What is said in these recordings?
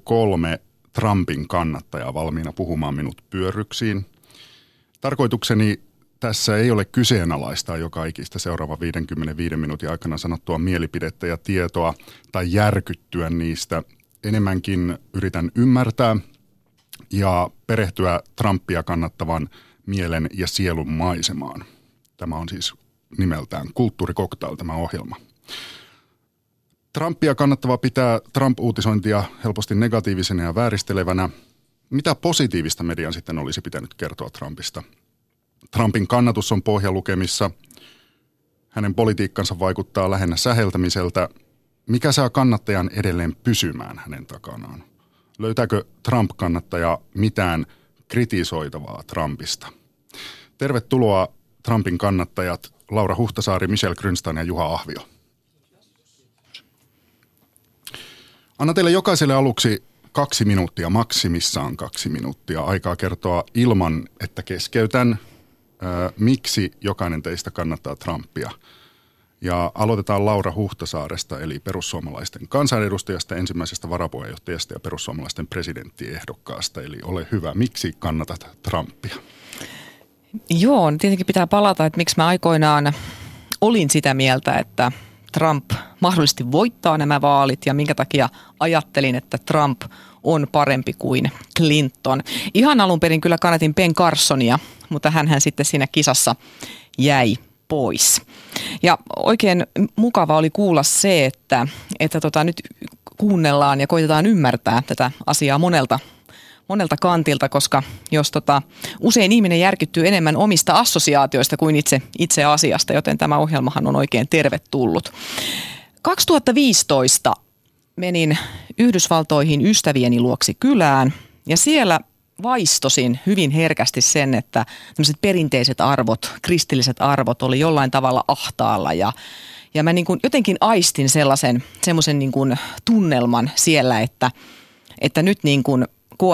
3 Trumpin kannattajaa valmiina puhumaan minut pyörryksiin. Tarkoitukseni tässä ei ole kyseenalaistaa joka ikistä seuraava 55 minuutin aikana sanottua mielipidettä ja tietoa tai järkyttyä niistä. Enemmänkin yritän ymmärtää ja perehtyä Trumpia kannattavan mielen ja sielun maisemaan. Tämä on siis nimeltään Kulttuurikoktail tämä ohjelma. Trumpia kannattava pitää Trump-uutisointia helposti negatiivisena ja vääristelevänä. Mitä positiivista median sitten olisi pitänyt kertoa Trumpista? Trumpin kannatus on pohjalukemissa. Hänen politiikkansa vaikuttaa lähinnä säheltämiseltä. Mikä saa kannattajan edelleen pysymään hänen takanaan? Löytääkö Trump-kannattaja mitään kritisoitavaa Trumpista? Tervetuloa Trumpin kannattajat Laura Huhtasaari, Michelle Grünstein ja Juha Ahvio. Anna teille jokaiselle aluksi 2 minuuttia, maksimissaan 2 minuuttia aikaa kertoa ilman, että keskeytän, miksi jokainen teistä kannattaa Trumpia. Ja aloitetaan Laura Huhtasaaresta, eli perussuomalaisten kansanedustajasta, ensimmäisestä varapuheenjohtajasta ja perussuomalaisten presidenttiehdokkaasta. Eli ole hyvä, miksi kannatat Trumpia? Joo, tietenkin pitää palata, että miksi mä aikoinaan olin sitä mieltä, että Trump mahdollisesti voittaa nämä vaalit ja minkä takia ajattelin, että Trump on parempi kuin Clinton. Ihan alun perin kyllä kannatin Ben Carsonia, mutta hänhän sitten siinä kisassa jäi pois. Ja oikein mukava oli kuulla se, että nyt kuunnellaan ja koitetaan ymmärtää tätä asiaa monelta kantilta, koska jos usein ihminen järkyttyy enemmän omista assosiaatioista kuin itse asiasta, joten tämä ohjelmahan on oikein tervetullut. 2015 menin Yhdysvaltoihin ystävieni luoksi kylään ja siellä vaistosin hyvin herkästi sen, että tämmöiset perinteiset arvot, kristilliset arvot oli jollain tavalla ahtaalla ja mä niin kuin jotenkin aistin semmoisen niin kuin tunnelman siellä, että nyt niin kuin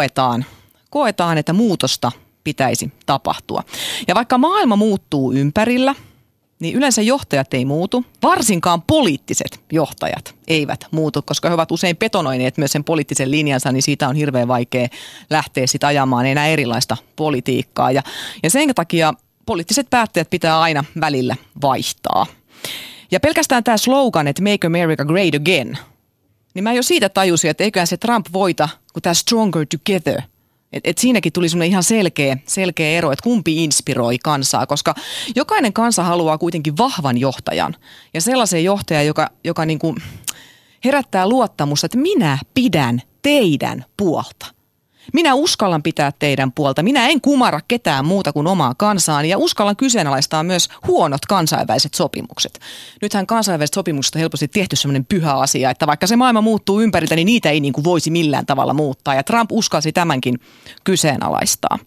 koetaan, että muutosta pitäisi tapahtua. Ja vaikka maailma muuttuu ympärillä, niin yleensä johtajat ei muutu. Varsinkaan poliittiset johtajat eivät muutu, koska he ovat usein betonoineet myös sen poliittisen linjansa, niin siitä on hirveän vaikea lähteä sitten ajamaan enää erilaista politiikkaa. Ja sen takia poliittiset päättäjät pitää aina välillä vaihtaa. Ja pelkästään tämä slogan, että Make America Great Again, niin mä jo siitä tajusin, että eiköhän se Trump voita, kun tämä Stronger Together. Et siinäkin tuli semmoinen ihan selkeä ero, että kumpi inspiroi kansaa, koska jokainen kansa haluaa kuitenkin vahvan johtajan ja sellaisen johtajan, joka niin kuin herättää luottamusta, että minä pidän teidän puolta. Minä uskallan pitää teidän puolta. Minä en kumara ketään muuta kuin omaa kansaani ja uskallan kyseenalaistaa myös huonot kansainväliset sopimukset. Nythän kansainväliset sopimukset on helposti tehty sellainen pyhä asia, että vaikka se maailma muuttuu ympäriltä, niin niitä ei niin kuin voisi millään tavalla muuttaa. Ja Trump uskalsi tämänkin kyseenalaistaa.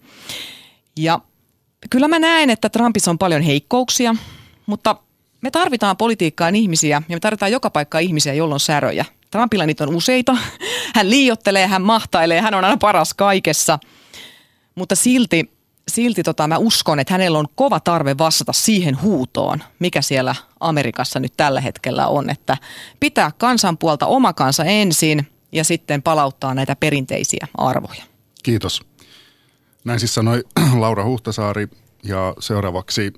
Ja kyllä mä näen, että Trumpissa on paljon heikkouksia, mutta me tarvitaan politiikkaan ihmisiä ja me tarvitaan joka paikkaan ihmisiä, joilla on säröjä. Trumpilla niitä on useita. Hän liioittelee, hän mahtailee, hän on aina paras kaikessa. Mutta silti mä uskon, että hänellä on kova tarve vastata siihen huutoon, mikä siellä Amerikassa nyt tällä hetkellä on. Että pitää kansan puolta oma kansa ensin ja sitten palauttaa näitä perinteisiä arvoja. Kiitos. Näin siis sanoi Laura Huhtasaari ja seuraavaksi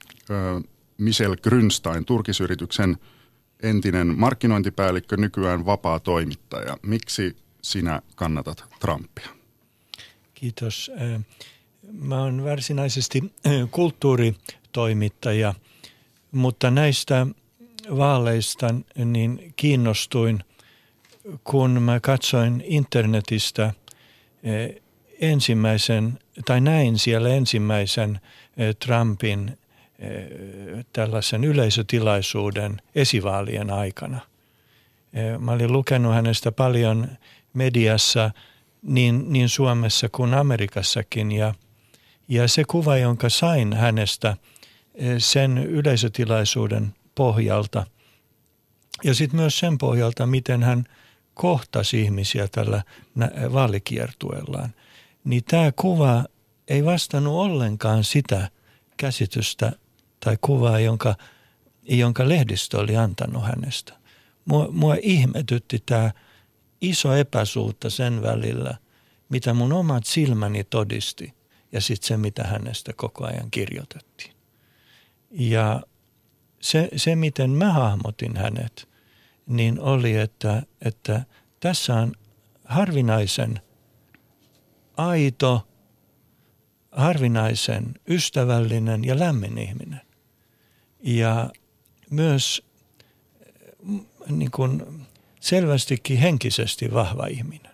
Michelle Grünstein, turkisyrityksen entinen markkinointipäällikkö, nykyään vapaa toimittaja. Miksi sinä kannatat Trumpia? Kiitos. Mä oon varsinaisesti kulttuuritoimittaja, mutta näistä vaaleista niin kiinnostuin, kun mä katsoin internetistä näin siellä ensimmäisen Trumpin tällaisen yleisötilaisuuden esivaalien aikana. Mä olin lukenut hänestä paljon mediassa niin Suomessa kuin Amerikassakin ja se kuva, jonka sain hänestä sen yleisötilaisuuden pohjalta ja sitten myös sen pohjalta, miten hän kohtasi ihmisiä tällä vaalikiertueellaan, niin tämä kuva ei vastannut ollenkaan sitä käsitystä tai kuvaa, jonka lehdistö oli antanut hänestä. Mua ihmetytti tämä iso epäsuhta sen välillä, mitä mun omat silmäni todisti ja sitten se, mitä hänestä koko ajan kirjoitettiin. Ja se miten mä hahmotin hänet, niin oli, että tässä on harvinaisen aito, harvinaisen ystävällinen ja lämmin ihminen. Ja myös niin kuin selvästikin henkisesti vahva ihminen.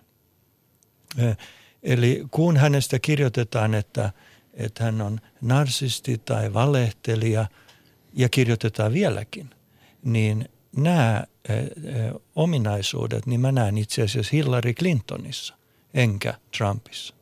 Eli kun hänestä kirjoitetaan, että hän on narsisti tai valehtelija, ja kirjoitetaan vieläkin, niin nämä ominaisuudet, niin mä näen itse asiassa Hillary Clintonissa, enkä Trumpissa.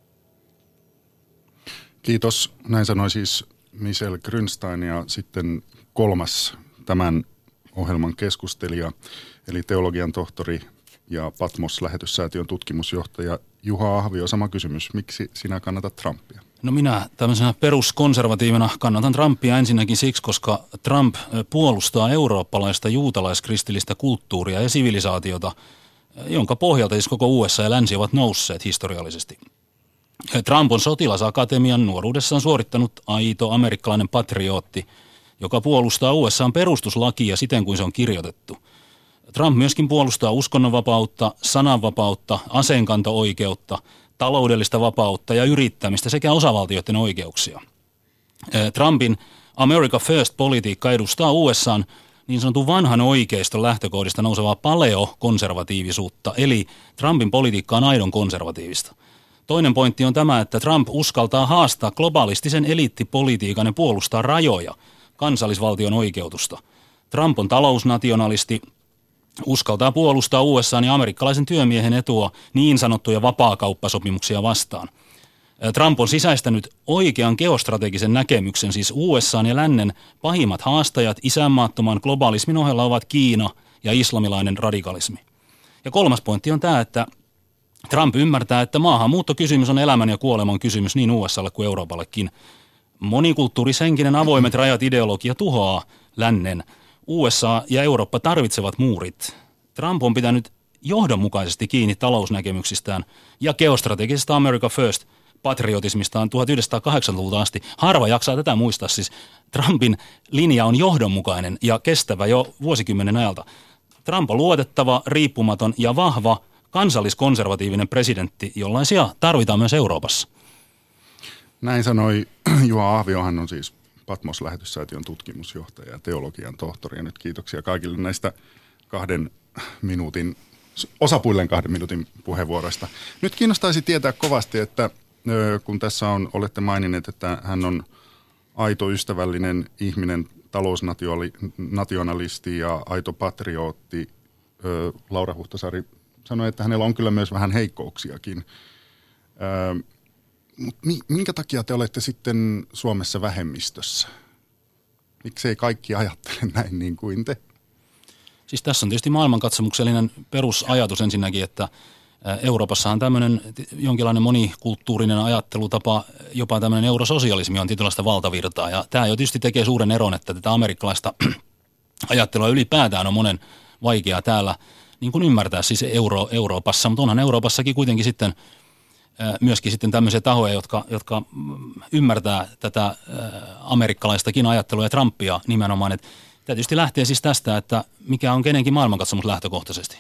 Kiitos. Näin sanoi siis Michelle Grünstein ja sitten kolmas tämän ohjelman keskustelija, eli teologian tohtori ja Patmos-lähetyssäätiön tutkimusjohtaja Juha Ahvio. Sama kysymys, miksi sinä kannatat Trumpia? No minä tämmöisenä peruskonservatiivina kannatan Trumpia ensinnäkin siksi, koska Trump puolustaa eurooppalaista juutalaiskristillistä kulttuuria ja sivilisaatiota, jonka pohjalta siis koko USA ja länsi ovat nousseet historiallisesti. Trump on sotilasakatemian nuoruudessaan suorittanut aito amerikkalainen patriotti, joka puolustaa USA:n perustuslakia siten kuin se on kirjoitettu. Trump myöskin puolustaa uskonnonvapautta, sananvapautta, aseenkanto-oikeutta, taloudellista vapautta ja yrittämistä sekä osavaltioiden oikeuksia. Trumpin America First-politiikka edustaa USA:n niin sanotun vanhan oikeiston lähtökohdista nousevaa paleo-konservatiivisuutta, eli Trumpin politiikka on aidon konservatiivista. Toinen pointti on tämä, että Trump uskaltaa haastaa globalistisen eliittipolitiikan ja puolustaa rajoja, kansallisvaltion oikeutusta. Trump on talousnationalisti, uskaltaa puolustaa USA:n ja amerikkalaisen työmiehen etua niin sanottuja vapaakauppasopimuksia vastaan. Trump on sisäistänyt oikean geostrategisen näkemyksen, siis USA:n ja lännen pahimmat haastajat isänmaattoman globalismin ohella ovat Kiina ja islamilainen radikalismi. Ja kolmas pointti on tämä, että Trump ymmärtää, että maahanmuuttokysymys on elämän ja kuoleman kysymys niin USAlle kuin Euroopallekin. Monikulttuurishenkinen avoimet rajat ideologia tuhoaa lännen. USA ja Eurooppa tarvitsevat muurit. Trump on pitänyt johdonmukaisesti kiinni talousnäkemyksistään ja geostrategisesta America First patriotismistaan 1980-luvulta asti. Harva jaksaa tätä muistaa, siis Trumpin linja on johdonmukainen ja kestävä jo vuosikymmenen ajalta. Trump on luotettava, riippumaton ja vahva kansalliskonservatiivinen presidentti, jollaisia tarvitaan myös Euroopassa. Näin sanoi Juha Ahvio, hän on siis Patmos-lähetyssäätiön tutkimusjohtaja ja teologian tohtori. Ja nyt kiitoksia kaikille näistä osapuilleen 2 minuutin puheenvuoroista. Nyt kiinnostaisi tietää kovasti, että kun tässä olette maininneet, että hän on aito ystävällinen ihminen, talousnationalisti ja aito patriotti. Laura Huhtasaari sanoi, että hänellä on kyllä myös vähän heikkouksiakin. Mutta minkä takia te olette sitten Suomessa vähemmistössä? Miksei kaikki ajattele näin niin kuin te? Siis tässä on tietysti maailmankatsomuksellinen perusajatus ensinnäkin, että Euroopassahan tämmöinen jonkinlainen monikulttuurinen ajattelutapa, jopa tämmöinen eurososialismi on tietynlaista valtavirtaa. Ja tämä jo tietysti tekee suuren eron, että tätä amerikkalaista ajattelua ylipäätään on monen vaikeaa täällä niin kuin ymmärtää siis Euroopassa. Mutta onhan Euroopassakin kuitenkin sitten myöskin sitten tämmöisiä tahoja, jotka ymmärtää tätä amerikkalaistakin ajattelua ja Trumpia nimenomaan. Että tämä tietysti lähtee siis tästä, että mikä on kenenkin maailmankatsomus lähtökohtaisesti.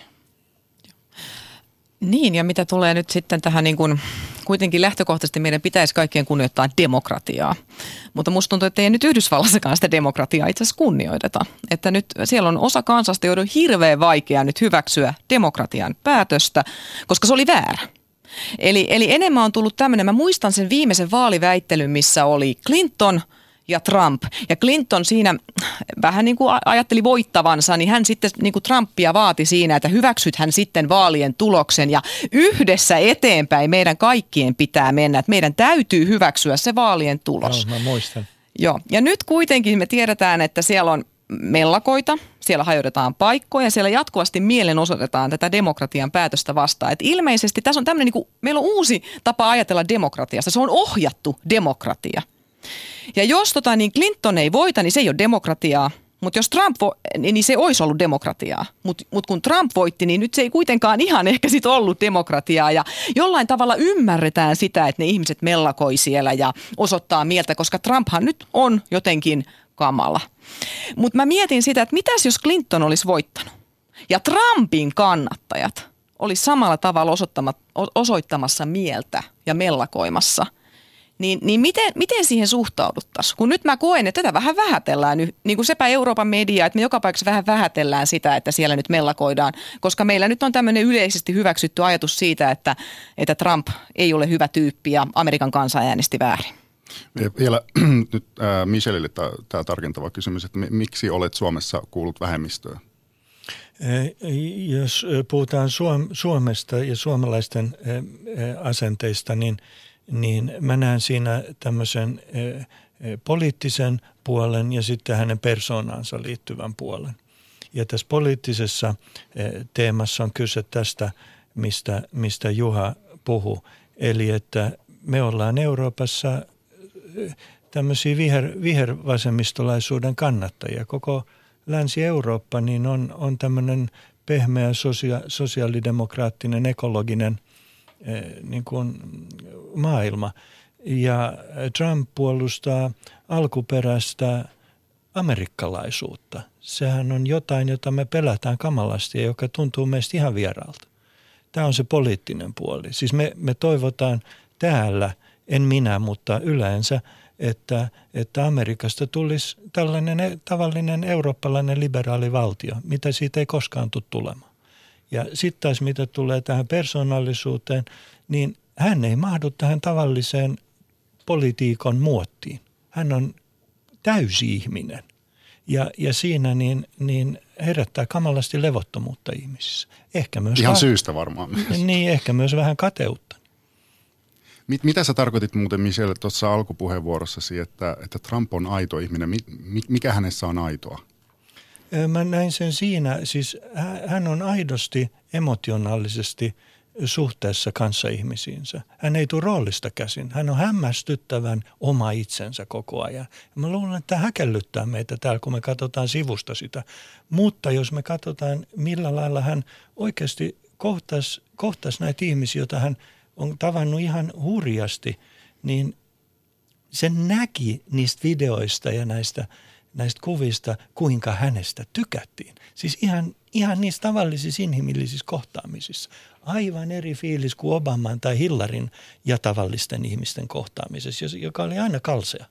Niin, ja mitä tulee nyt sitten tähän niin kuin, kuitenkin lähtökohtaisesti meidän pitäisi kaikkien kunnioittaa demokratiaa. Mutta musta tuntuu, että ei nyt Yhdysvallassakaan sitä demokratiaa itse asiassa kunnioiteta. Että nyt siellä on osa kansasta, joiden on hirveän vaikea nyt hyväksyä demokratian päätöstä, koska se oli väärä. Eli enemmän on tullut tämmöinen, mä muistan sen viimeisen vaaliväittelyn, missä oli Clinton ja Trump. Ja Clinton siinä vähän niin kuin ajatteli voittavansa, niin hän sitten niin kuin Trumpia vaati siinä, että hyväksyt hän sitten vaalien tuloksen. Ja yhdessä eteenpäin meidän kaikkien pitää mennä, että meidän täytyy hyväksyä se vaalien tulos. Joo, mä muistan. Joo, ja nyt kuitenkin me tiedetään, että siellä on mellakoita, siellä hajotetaan paikkoja, siellä jatkuvasti mielenosoitetaan tätä demokratian päätöstä vastaan. Et ilmeisesti tässä on tämmöinen, niin kuin, meillä on uusi tapa ajatella demokratiasta, se on ohjattu demokratia. Ja jos niin Clinton ei voita, niin se ei ole demokratiaa. Mutta jos Trump niin se olisi ollut demokratiaa. Mutta kun Trump voitti, niin nyt se ei kuitenkaan ihan ehkä sit ollut demokratiaa. Ja jollain tavalla ymmärretään sitä, että ne ihmiset mellakoi siellä ja osoittaa mieltä, koska Trumphan nyt on jotenkin kamala. Mutta mä mietin sitä, että mitäs jos Clinton olisi voittanut? Ja Trumpin kannattajat olisi samalla tavalla osoittamassa mieltä ja mellakoimassa. Niin miten siihen suhtauduttaisiin? Kun nyt mä koen, että tätä vähän vähätellään, niin kuin sepä Euroopan media, että me joka paikassa vähän vähätellään sitä, että siellä nyt mellakoidaan, koska meillä nyt on tämmöinen yleisesti hyväksytty ajatus siitä, että Trump ei ole hyvä tyyppi ja Amerikan kansa äänesti väärin. Vielä nyt Michelille tämä tarkentava kysymys, että miksi olet Suomessa kuullut vähemmistöön? Jos puhutaan Suomesta ja suomalaisten asenteista, niin mä näen siinä tämmöisen poliittisen puolen ja sitten hänen persoonansa liittyvän puolen. Ja tässä poliittisessa teemassa on kyse tästä, mistä Juha puhui. Eli että me ollaan Euroopassa tämmöisiä vihervasemmistolaisuuden kannattajia. Koko Länsi-Eurooppa niin on tämmöinen pehmeä sosiaalidemokraattinen ekologinen niin kuin maailma. Ja Trump puolustaa alkuperäistä amerikkalaisuutta. Sehän on jotain, jota me pelätään kamalasti ja joka tuntuu meistä ihan vieraalta. Tämä on se poliittinen puoli. Siis me toivotaan täällä, en minä, mutta yleensä, että Amerikasta tulisi tällainen tavallinen eurooppalainen liberaali valtio, mitä siitä ei koskaan tule tulemaan. Ja sitten taas mitä tulee tähän persoonallisuuteen, niin hän ei mahdu tähän tavalliseen politiikan muottiin. Hän on täysi-ihminen ja siinä niin herättää kamalasti levottomuutta ihmisissä. Ehkä myös ihan syystä varmaan. Niin, ehkä myös vähän kateutta. Mitä sä tarkoitit muuten, Michelle, tuossa alkupuheenvuorossasi, että Trump on aito ihminen? Mikä hänessä on aitoa? Mä näin sen siinä, siis hän on aidosti emotionaalisesti suhteessa kanssaihmisiinsä. Hän ei tule roolista käsin. Hän on hämmästyttävän oma itsensä koko ajan. Ja mä luulen, että tämä häkellyttää meitä täällä, kun me katsotaan sivusta sitä. Mutta jos me katsotaan, millä lailla hän oikeasti kohtasi näitä ihmisiä, joita hän on tavannut ihan hurjasti, niin se näki niistä videoista ja näistä kuvista, kuinka hänestä tykättiin. Siis ihan niissä tavallisissa inhimillisissä kohtaamisissa. Aivan eri fiilis kuin Obaman tai Hillaryn ja tavallisten ihmisten kohtaamisessa, joka oli aina kalsea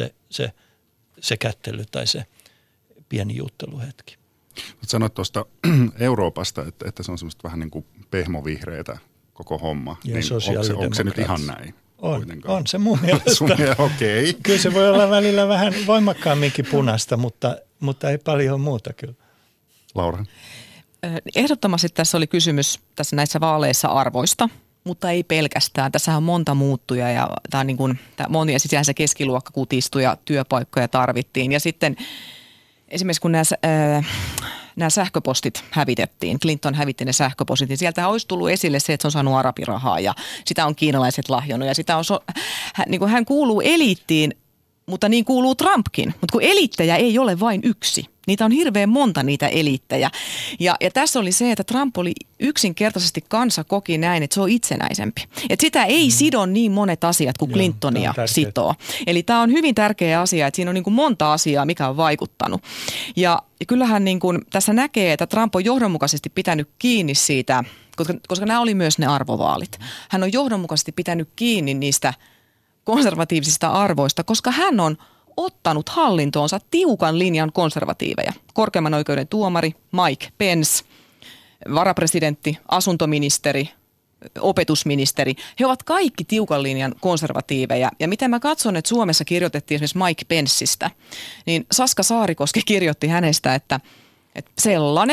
se kättely tai se pieni jutteluhetki. Sanoit tuosta Euroopasta, että se on semmoista vähän niin kuin pehmovihreätä koko homma. Ja niin onko se nyt ihan näin? On se mun mielestä. Okay. Kyllä se voi olla välillä vähän voimakkaamminkin punaista, mutta ei paljon muuta kyllä. Laura? Ehdottomasti tässä oli kysymys tässä näissä vaaleissa arvoista, mutta ei pelkästään. Tässä on monta muuttujaa ja tämä on niin kuin, monia sisänsä keskiluokka kutistui ja työpaikkoja tarvittiin. Ja sitten esimerkiksi kun nämä sähköpostit hävitettiin, Clinton hävitti ne sähköpostit, niin sieltä olisi tullut esille se, että se on saanut arabirahaa ja sitä on kiinalaiset lahjonnut ja sitä on niin kuin hän kuuluu eliittiin, mutta niin kuuluu Trumpkin. Mutta kun eliittejä ei ole vain yksi, niitä on hirveän monta niitä eliittejä. Ja tässä oli se, että Trump oli kansa koki näin, että se on itsenäisempi. Että sitä ei sido niin monet asiat kuin Clintonia sitoo. Eli tämä on hyvin tärkeä asia, että siinä on niin kuin monta asiaa, mikä on vaikuttanut. Ja kyllähän niin kuin tässä näkee, että Trump on johdonmukaisesti pitänyt kiinni siitä, koska nämä oli myös ne arvovaalit. Hän on johdonmukaisesti pitänyt kiinni niistä konservatiivisista arvoista, koska hän on ottanut hallintoonsa tiukan linjan konservatiiveja. Korkeimman oikeuden tuomari Mike Pence, varapresidentti, asuntoministeri, opetusministeri. He ovat kaikki tiukan linjan konservatiiveja. Ja miten mä katson, että Suomessa kirjoitettiin esimerkiksi Mike Penceistä, niin Saska Saarikoski kirjoitti hänestä, että sellainen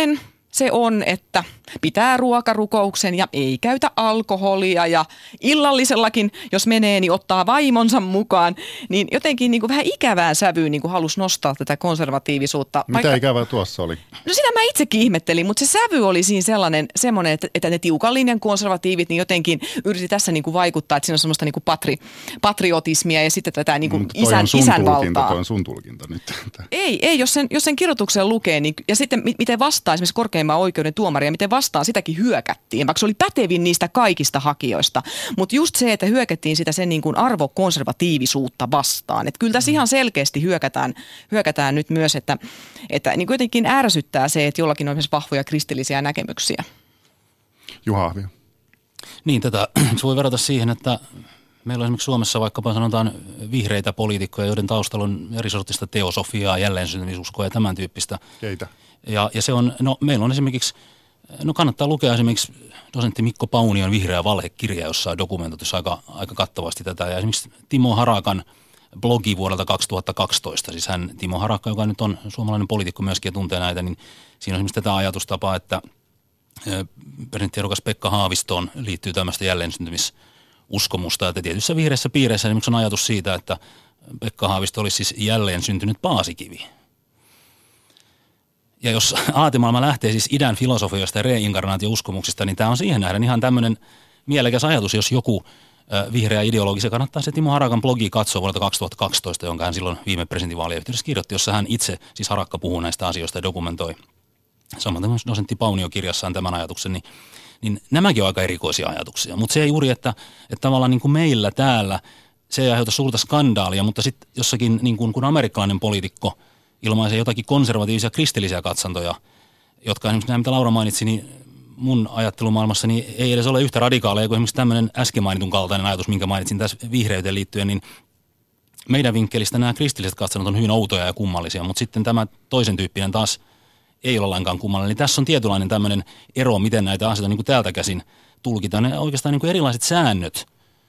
se on, että pitää ruokarukouksen ja ei käytä alkoholia ja illallisellakin, jos menee, niin ottaa vaimonsa mukaan. Niin jotenkin niin kuin vähän ikävään sävyyn niin kuin halusi nostaa tätä konservatiivisuutta. Mitä ikävää tuossa oli? No sitä mä itsekin ihmettelin, mutta se sävy oli siinä semmoinen, että ne tiukan linjan konservatiivit niin jotenkin yriti tässä niin kuin vaikuttaa, että siinä on semmoista niin kuin patriotismia ja sitten tätä niin kuin isänvaltaa. Toi on sun tulkinta nyt. Ei, jos sen kirjoituksen lukee, niin, ja sitten miten vastaa esimerkiksi korkeimman oikeuden tuomaria, miten vastaan sitäkin hyökättiin, vaikka se oli pätevin niistä kaikista hakijoista. Mutta just se, että hyökättiin sitä sen niin kuin arvokonservatiivisuutta vastaan. Että kyllä tässä ihan selkeästi hyökätään nyt myös, että niin jotenkin ärsyttää se, että jollakin on esimerkiksi vahvoja kristillisiä näkemyksiä. Juha Ahvio. Niin, tätä voi verrata siihen, että meillä on esimerkiksi Suomessa vaikkapa sanotaan vihreitä poliitikkoja, joiden taustalla on eri sortista teosofiaa, jälleensyntymisuskoa ja tämän tyyppistä. Keitä? Ja se on, meillä on esimerkiksi, kannattaa lukea esimerkiksi dosentti Mikko Paunion Vihreä valhekirja, jossa on dokumentoitu aika kattavasti tätä. Ja esimerkiksi Timo Harakan blogi vuodelta 2012, siis Timo Harakka, joka nyt on suomalainen poliitikko myöskin ja tuntee näitä, niin siinä on esimerkiksi tätä ajatustapaa, että presidenttiehdokas Pekka Haavistoon liittyy tämmöistä jälleensyntymis-uskomusta, että tietyissä vihreissä piireissä esimerkiksi on ajatus siitä, että Pekka Haavisto olisi siis jälleen syntynyt paasikivi. Ja jos aatemaailma lähtee siis idän filosofioista ja reinkarnaatio-uskomuksista, niin tämä on siihen nähden ihan tämmöinen mielekäs ajatus, jos joku vihreä ideologi, se kannattaa se Timo Harakan blogi katsoa vuodelta 2012, jonka hän silloin viime presidentinvaalien yhteydessä kirjoitti, jossa hän itse, siis Harakka, puhuu näistä asioista ja dokumentoi. Samaten myös dosentti Paunio kirjassaan tämän ajatuksen, niin nämäkin on aika erikoisia ajatuksia. Mutta se ei juuri, että tavallaan niin kuin meillä täällä se ei aiheuta suurta skandaalia, mutta sitten jossakin niin kun amerikkalainen poliitikko ilmaisee jotakin konservatiivisia kristillisiä katsantoja, jotka esimerkiksi nämä, mitä Laura mainitsi, niin mun ajattelumaailmassa niin ei edes ole yhtä radikaaleja kuin esimerkiksi tämmöinen äsken mainitun kaltainen ajatus, minkä mainitsin tässä vihreyteen liittyen, niin meidän vinkkelistä nämä kristilliset katsannot on hyvin outoja ja kummallisia, mutta sitten tämä toisen tyyppinen taas ei ole lainkaan kummallinen. Eli tässä on tietynlainen tämmöinen ero, miten näitä asioita niin kuin täältä käsin tulkitaan. Ne oikeastaan niin kuin erilaiset säännöt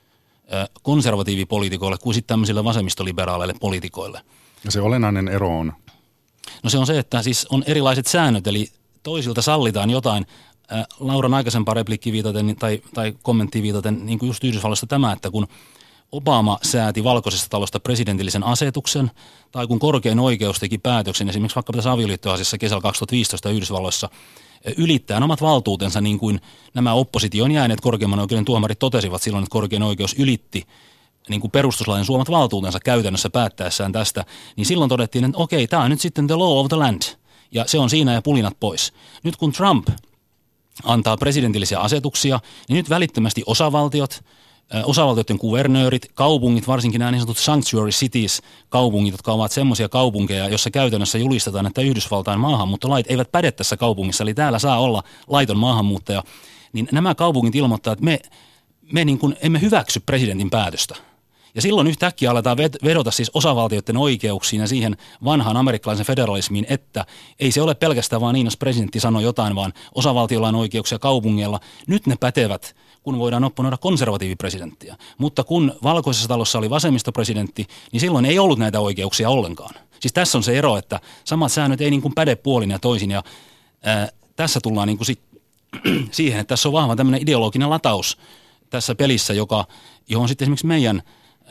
konservatiivipoliitikoille kuin sitten tämmöisille vasemmistoliberaaleille poliitikoille. Ja se olennainen ero on? No se on se, että siis on erilaiset säännöt, eli toisilta sallitaan jotain. Lauran aikaisempaa repliikkiä viitaten tai kommenttiin viitaten, niin kuin just Yhdysvalloista tämä, että kun Obama sääti Valkoisesta talosta presidentillisen asetuksen, tai kun korkein oikeus teki päätöksen, esimerkiksi vaikka tässä avioliittoasiassa kesällä 2015 Yhdysvalloissa, ylittäen omat valtuutensa, niin kuin nämä opposition jääneet korkeimman oikeuden tuomarit totesivat silloin, että korkein oikeus ylitti niin kuin perustuslain suomat valtuutensa käytännössä päättäessään tästä, niin silloin todettiin, että okei, tämä on nyt sitten the law of the land, ja se on siinä ja pulinat pois. Nyt kun Trump antaa presidentillisiä asetuksia, niin nyt välittömästi osavaltioiden kuvernöörit, kaupungit, varsinkin nämä niin sanotut sanctuary cities, kaupungit, jotka ovat semmoisia kaupunkeja, joissa käytännössä julistetaan, että Yhdysvaltain maahanmuuttolait eivät päde tässä kaupungissa, eli täällä saa olla laiton maahanmuuttaja, niin nämä kaupungit ilmoittaa, että me niin kuin emme hyväksy presidentin päätöstä. Ja silloin yhtäkkiä aletaan vedota siis osavaltioiden oikeuksiin ja siihen vanhaan amerikkalaisen federalismiin, että ei se ole pelkästään vaan niin, jos presidentti sanoo jotain, vaan osavaltiolla on oikeuksia kaupungeilla. Nyt ne pätevät, kun voidaan opponoida konservatiivipresidenttiä. Mutta kun Valkoisessa talossa oli vasemmistopresidentti, niin silloin ei ollut näitä oikeuksia ollenkaan. Siis tässä on se ero, että samat säännöt ei niin kuin päde puolin ja toisin. Ja tässä tullaan niin kuin siihen, että tässä on vahva tämmöinen ideologinen lataus tässä pelissä, johon sitten esimerkiksi meidän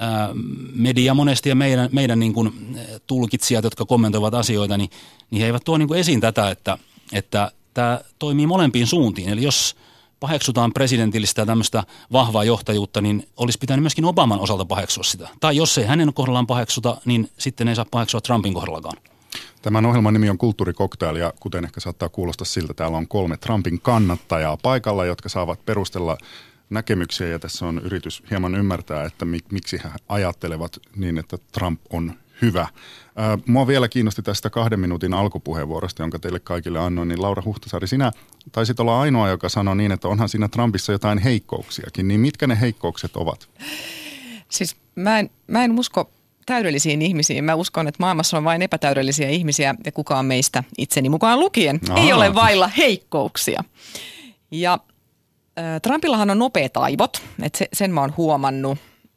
media monesti ja meidän niin kuin tulkitsijat, jotka kommentoivat asioita, niin he eivät tuo niin kuin esiin tätä, että tämä toimii molempiin suuntiin. Eli jos paheksutaan presidentillistä ja tämmöistä vahvaa johtajuutta, niin olisi pitänyt myöskin Obaman osalta paheksua sitä. Tai jos ei hänen kohdallaan paheksuta, niin sitten ei saa paheksua Trumpin kohdallakaan. Tämän ohjelman nimi on Kulttuurikoktail ja kuten ehkä saattaa kuulostaa siltä, täällä on 3 Trumpin kannattajaa paikalla, jotka saavat perustella näkemyksiä ja tässä on yritys hieman ymmärtää, että miksi he ajattelevat niin, että Trump on hyvä. Mua vielä kiinnosti tästä 2 minuutin alkupuheenvuorosta, jonka teille kaikille annoin, niin Laura Huhtasaari, sinä taisit olla ainoa, joka sanoi niin, että onhan siinä Trumpissa jotain heikkouksiakin, niin mitkä ne heikkoukset ovat? Siis mä en usko täydellisiin ihmisiin. Mä uskon, että maailmassa on vain epätäydellisiä ihmisiä ja kukaan meistä itseni mukaan lukien ei ole vailla heikkouksia. Ja Trumpillahan on nopeat aivot, että sen mä oon huomannut.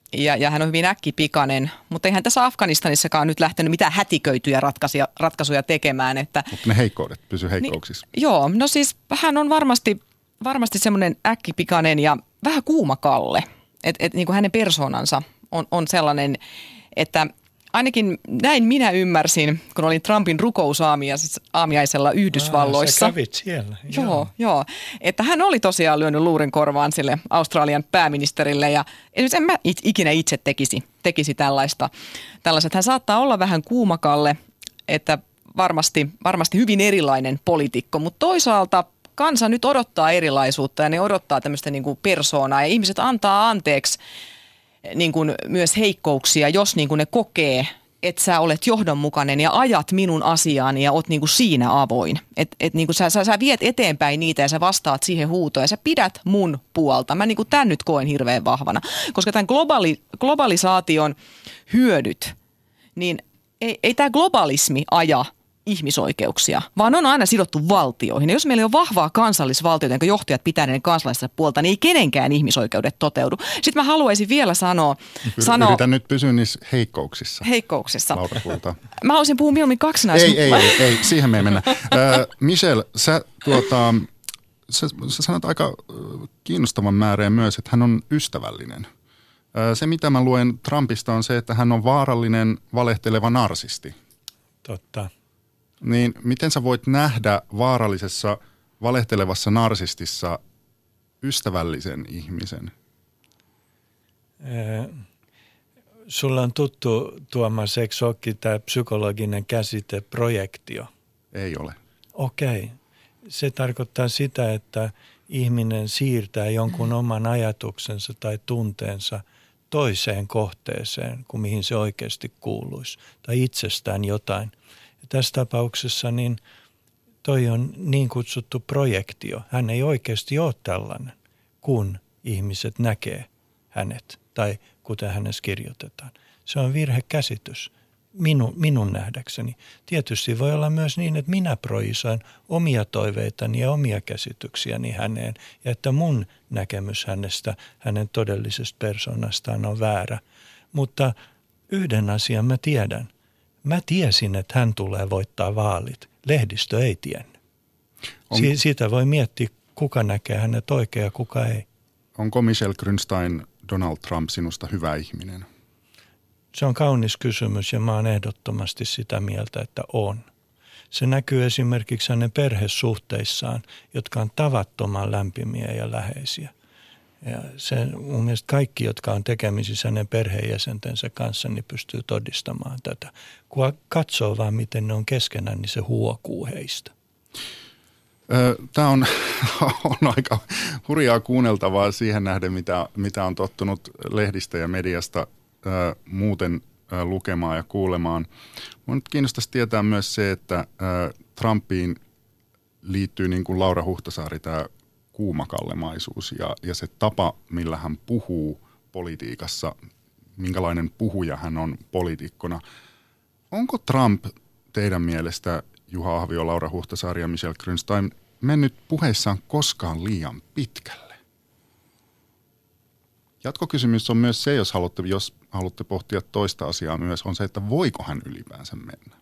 ja hän on hyvin äkkipikainen, mutta eihän tässä Afganistanissakaan nyt lähtenyt mitään hätiköityjä ratkaisuja tekemään. Että, mutta ne heikkoudet pysy heikkouksissa. Niin, joo, no siis hän on varmasti semmoinen äkkipikainen ja vähän kuuma Kalle. Et niin kuin hänen persoonansa on sellainen, että ainakin näin minä ymmärsin, kun olin Trumpin rukousaamiaisella Yhdysvalloissa. Sä kävit siellä. Joo. Että hän oli tosiaan lyönyt luurin korvaan sille Australian pääministerille ja en mä ikinä itse tekisi tällaista. Hän saattaa olla vähän kuumakalle, että varmasti hyvin erilainen poliitikko, mutta toisaalta kansa nyt odottaa erilaisuutta ja ne odottaa tämmöistä niin kuin persoonaa ja ihmiset antaa anteeksi niin kuin myös heikkouksia, jos niin kuin ne kokee, että sä olet johdonmukainen ja ajat minun asiaani ja oot niin kuin siinä avoin. Että niin kuin sä viet eteenpäin niitä ja sä vastaat siihen huutoon ja sä pidät mun puolta. Mä niin kuin tämän nyt koen hirveän vahvana, koska tämän globalisaation hyödyt, niin ei tämä globalismi aja ihmisoikeuksia, vaan on aina sidottu valtioihin. Ja jos meillä on vahvaa kansallisvaltiota, jonka johtajat pitää ne kansallisesta puolta, niin ei kenenkään ihmisoikeudet toteudu. Sitten mä haluaisin vielä sanoa... Yritän nyt pysyä niissä heikkouksissa. Laura Kulta. Mä haluaisin puhua mieluummin Ei, siihen me ei mennä. Michelle, sä sanot aika kiinnostavan määreen myös, että hän on ystävällinen. Se, mitä mä luen Trumpista, on se, että hän on vaarallinen, valehteleva narsisti. Totta. Niin miten sä voit nähdä vaarallisessa, valehtelevassa narsistissa ystävällisen ihmisen? Sulla on tuttu, Tuomas, eikö olekin tämä psykologinen käsite projektio? Ei ole. Okei. Se tarkoittaa sitä, että ihminen siirtää jonkun oman ajatuksensa tai tunteensa toiseen kohteeseen kuin mihin se oikeasti kuuluisi, tai itsestään jotain. Ja tässä tapauksessa niin toi on niin kutsuttu projektio. Hän ei oikeasti ole tällainen, kun ihmiset näkee hänet tai kuten hänessä kirjoitetaan. Se on virhekäsitys minun nähdäkseni. Tietysti voi olla myös niin, että minä projisoin omia toiveitani ja omia käsityksiäni häneen ja että mun näkemys hänestä, hänen todellisesta persoonastaan on väärä. Mutta yhden asian mä tiedän. Mä tiesin, että hän tulee voittaa vaalit. Lehdistö ei tiennyt. Siitä voi miettiä, kuka näkee hänet oikein ja kuka ei. Onko Michelle Grünstein Donald Trump sinusta hyvä ihminen? Se on kaunis kysymys ja mä oon ehdottomasti sitä mieltä, että on. Se näkyy esimerkiksi hänen perhesuhteissaan, jotka on tavattoman lämpimiä ja läheisiä. Ja se, mun mielestä kaikki, jotka on tekemisissä hänen perheenjäsentensä kanssa, niin pystyy todistamaan tätä. Kun katsoo vaan, miten ne on keskenään, niin se huokuu heistä. Tämä on aika hurjaa kuunneltavaa siihen nähden, mitä on tottunut lehdistä ja mediasta muuten lukemaan ja kuulemaan. Minua nyt kiinnostaisi tietää myös se, että Trumpiin liittyy niin kuin Laura Huhtasaari tämä kuumakallemaisuus ja se tapa, millä hän puhuu politiikassa, minkälainen puhuja hän on poliitikkona. Onko Trump teidän mielestä, Juha Ahvio, Laura Huhtasaari ja Michelle Grünstein, mennyt puheissaan koskaan liian pitkälle? Jatkokysymys on myös se, jos haluatte pohtia toista asiaa myös, on se, että voiko hän ylipäänsä mennä?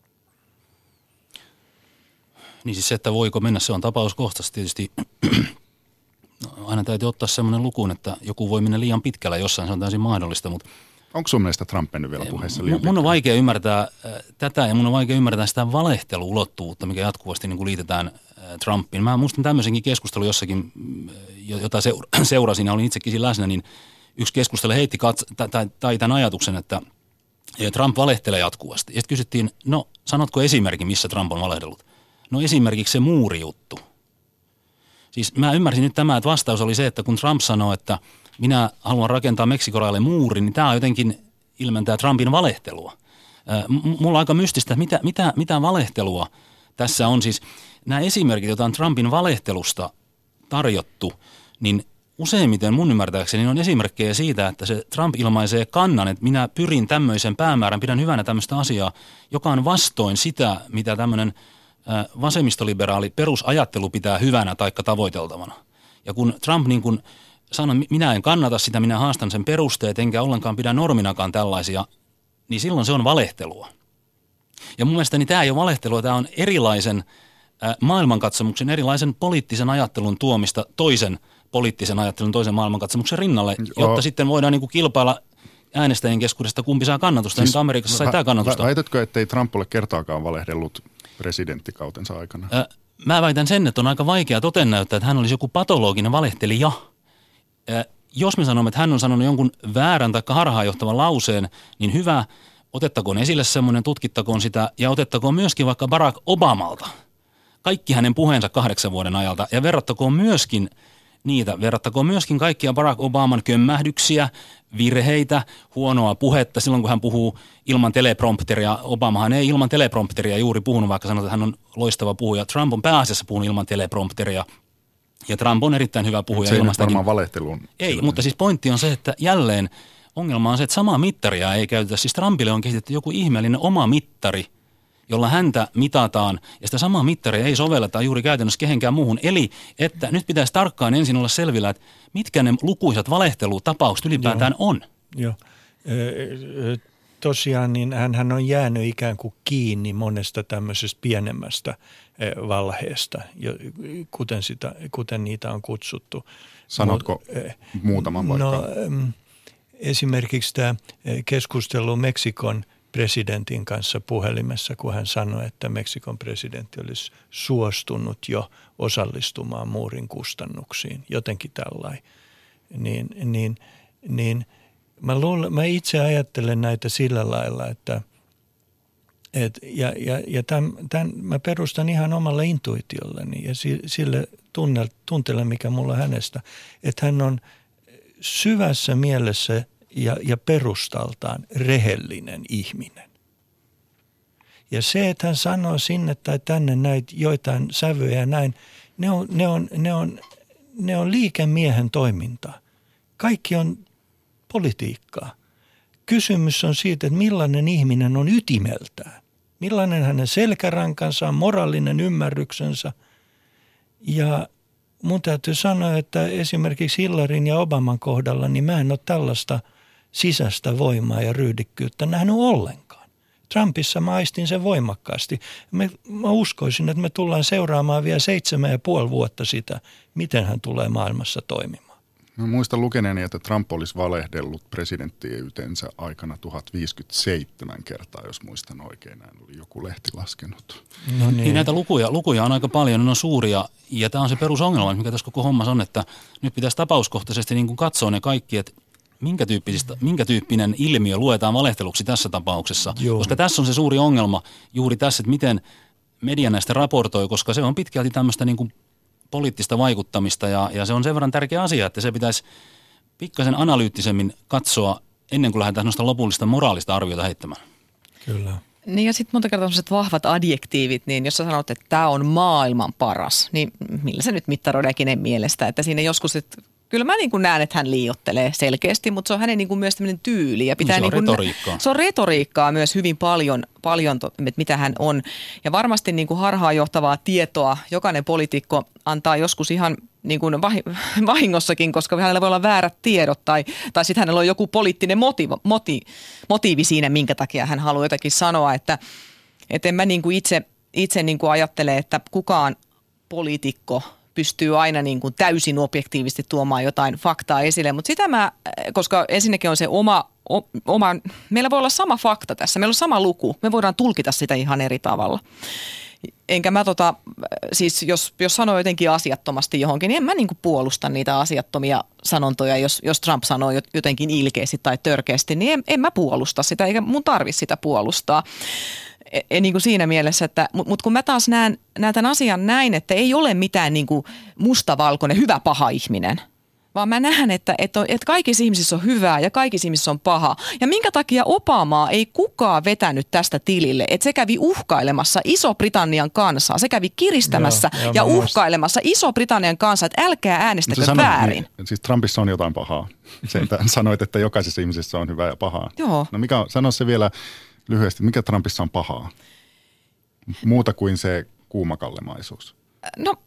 Niin siis se, että voiko mennä, se on tapauskohtaisesti tietysti. Aina täytyy ottaa semmoinen lukuun, että joku voi mennä liian pitkällä jossain, se on täysin mahdollista, mutta... Onko sun mielestä Trump mennyt vielä puheessa liian pitkälle? Mun on vaikea ymmärtää tätä ja mun on vaikea ymmärtää sitä valehteluulottuvuutta, mikä jatkuvasti niin kuin liitetään Trumpiin. Mä muistan tämmöisenkin keskustelun jossakin, jota seurasin ja olin itsekin siinä läsnä, niin yksi keskustelija heitti tämän ajatuksen, että Trump valehtelee jatkuvasti. Ja sitten kysyttiin, no sanotko esimerkki, missä Trump on valehdellut? No esimerkiksi se muurijuttu. Siis mä ymmärsin nyt tämä, että vastaus oli se, että kun Trump sanoo, että minä haluan rakentaa Meksikorajalle muurin, niin tämä jotenkin ilmentää Trumpin valehtelua. Mulla on aika mystistä, että mitä valehtelua tässä on. Siis nämä esimerkit, joita on Trumpin valehtelusta tarjottu, niin useimmiten mun ymmärtääkseni on esimerkkejä siitä, että se Trump ilmaisee kannan, että minä pyrin tämmöisen päämäärän, pidän hyvänä tämmöistä asiaa, joka on vastoin sitä, mitä tämmöinen vasemmistoliberaali perusajattelu pitää hyvänä taikka tavoiteltavana. Ja kun Trump niin kuin sanon, minä en kannata sitä, minä haastan sen perusteet, enkä ollenkaan pidä norminakaan tällaisia, niin silloin se on valehtelua. Ja mun mielestäni tämä ei ole valehtelua, tämä on erilaisen maailmankatsomuksen, erilaisen poliittisen ajattelun tuomista toisen poliittisen ajattelun, toisen maailmankatsomuksen rinnalle, jotta sitten voidaan niin kuin kilpailla äänestäjien keskuudesta, kumpi saa kannatusta. Siis nyt Amerikassa sai tämä kannatusta. Väitätkö, ettei Trump ole kertaakaan valehdellut presidenttikautensa aikana? Mä väitän sen, että on aika vaikea toteen näyttää, että hän olisi joku patologinen valehtelija. Jos me sanomme, että hän on sanonut jonkun väärän tai harhaanjohtavan lauseen, niin hyvä, otettakoon esille semmoinen, tutkittakoon sitä ja otettakoon myöskin vaikka Barack Obamalta kaikki hänen puheensa 8 vuoden ajalta ja verrattakoon myöskin kaikkia Barack Obaman kömmähdyksiä, virheitä, huonoa puhetta silloin, kun hän puhuu ilman teleprompteria. Obamahan ei ilman teleprompteria juuri puhunut, vaikka sanotaan, että hän on loistava puhuja. Trump on pääasiassa puhunut ilman teleprompteria ja Trump on erittäin hyvä puhuja. Se ei varmaan valehteluun. Ei, mutta siis pointti on se, että jälleen ongelma on se, että samaa mittaria ei käytetä. Siis Trumpille on kehitetty joku ihmeellinen oma mittari, jolla häntä mitataan, ja sitä samaa mittaria ei sovelleta juuri käytännössä kehenkään muuhun. Eli, että nyt pitäisi tarkkaan ensin olla selvillä, että mitkä ne lukuisat valehtelutapaukset ylipäätään on. Joo. Tosiaan niin hän on jäänyt ikään kuin kiinni monesta tämmöisestä pienemmästä valheesta, kuten niitä on kutsuttu. Sanotko muutaman vaikka? No, esimerkiksi tämä keskustelu Meksikon presidentin kanssa puhelimessa, kun hän sanoi, että Meksikon presidentti olisi suostunut jo osallistumaan muurin kustannuksiin, jotenkin tällainen. Niin mä itse ajattelen näitä sillä lailla, että tämän mä perustan ihan omalle intuitiolleni ja sille tunteelle, mikä mulla on hänestä, että hän on syvässä mielessä ja perustaltaan rehellinen ihminen. Ja se, että hän sanoo sinne tai tänne näitä joitain sävyjä ja näin, ne on liikemiehen toimintaa. Kaikki on politiikkaa. Kysymys on siitä, että millainen ihminen on ytimeltään. Millainen hänen selkärankansa on, moraalinen ymmärryksensä. Ja mun täytyy sanoa, että esimerkiksi Hillaryn ja Obaman kohdalla, niin mä en ole tällaista sisäistä voimaa ja ryhdikkyyttä nähnyt ollenkaan. Trumpissa mä aistin sen voimakkaasti. Mä uskoisin, että me tullaan seuraamaan vielä 7,5 vuotta sitä, miten hän tulee maailmassa toimimaan. Mä muistan lukeneeni, että Trump olisi valehdellut presidenttiytensä aikana 1057 kertaa, jos muistan oikein. Näin oli joku lehti laskenut. No niin. Näitä lukuja on aika paljon, ne on suuria. Ja tämä on se perusongelma, mikä tässä koko hommassa on, että nyt pitäisi tapauskohtaisesti niin kuin katsoa ne kaikki, että minkä tyyppinen ilmiö luetaan valehteluksi tässä tapauksessa. Joo. Koska tässä on se suuri ongelma juuri tässä, että miten media näistä raportoi, koska se on pitkälti tämmöistä niin kuin poliittista vaikuttamista ja se on sen verran tärkeä asia, että se pitäisi pikkasen analyyttisemmin katsoa ennen kuin lähdetään sellaista lopullista moraalista arviota heittämään. Kyllä. Niin ja sitten monta kertaa sellaiset vahvat adjektiivit, niin jos sä sanot, että tämä on maailman paras, niin millä se nyt mittaroidaan kenen mielestä, että siinä joskus, että kyllä mä niin kuin näen, että hän liioittelee selkeästi, mutta se on hänen niin kuin myös tämmöinen tyyli. Ja pitää se on niin kuin, retoriikkaa. Se on retoriikkaa myös hyvin paljon mitä hän on. Ja varmasti niin kuin harhaanjohtavaa tietoa jokainen poliitikko antaa joskus ihan niin kuin vahingossakin, koska hänellä voi olla väärät tiedot tai sitten hänellä on joku poliittinen motiivi siinä, minkä takia hän haluaa jotakin sanoa. Että en mä niin kuin itse niin kuin ajattele, että kukaan poliitikko pystyy aina niin kuin täysin objektiivisesti tuomaan jotain faktaa esille, mutta sitä koska ensinnäkin on se oma, meillä voi olla sama fakta tässä, meillä on sama luku, me voidaan tulkita sitä ihan eri tavalla. Enkä mä siis jos sanoo jotenkin asiattomasti johonkin, niin en mä niin kuin puolusta niitä asiattomia sanontoja, jos Trump sanoo jotenkin ilkeästi tai törkeästi, niin en mä puolusta sitä, eikä mun tarvitse sitä puolustaa. Niin kuin siinä mielessä, että mutta kun mä taas näen tämän asian näin, että ei ole mitään niin kuin mustavalkoinen hyvä paha ihminen, vaan mä näen, että kaikissa ihmisissä on hyvää ja kaikissa ihmisissä on paha. Ja minkä takia Obamaa ei kukaan vetänyt tästä tilille, että se kävi uhkailemassa Iso-Britannian kansaa, se kävi kiristämässä ja uhkailemassa Iso-Britannian kansaa, että älkää äänestäkö väärin. Siis Trumpissa on jotain pahaa. Sen sanoit, että jokaisessa ihmisessä on hyvää ja pahaa. Joo. No sano se vielä lyhyesti, mikä Trumpissa on pahaa? Muuta kuin se kuumakallemaisuus. No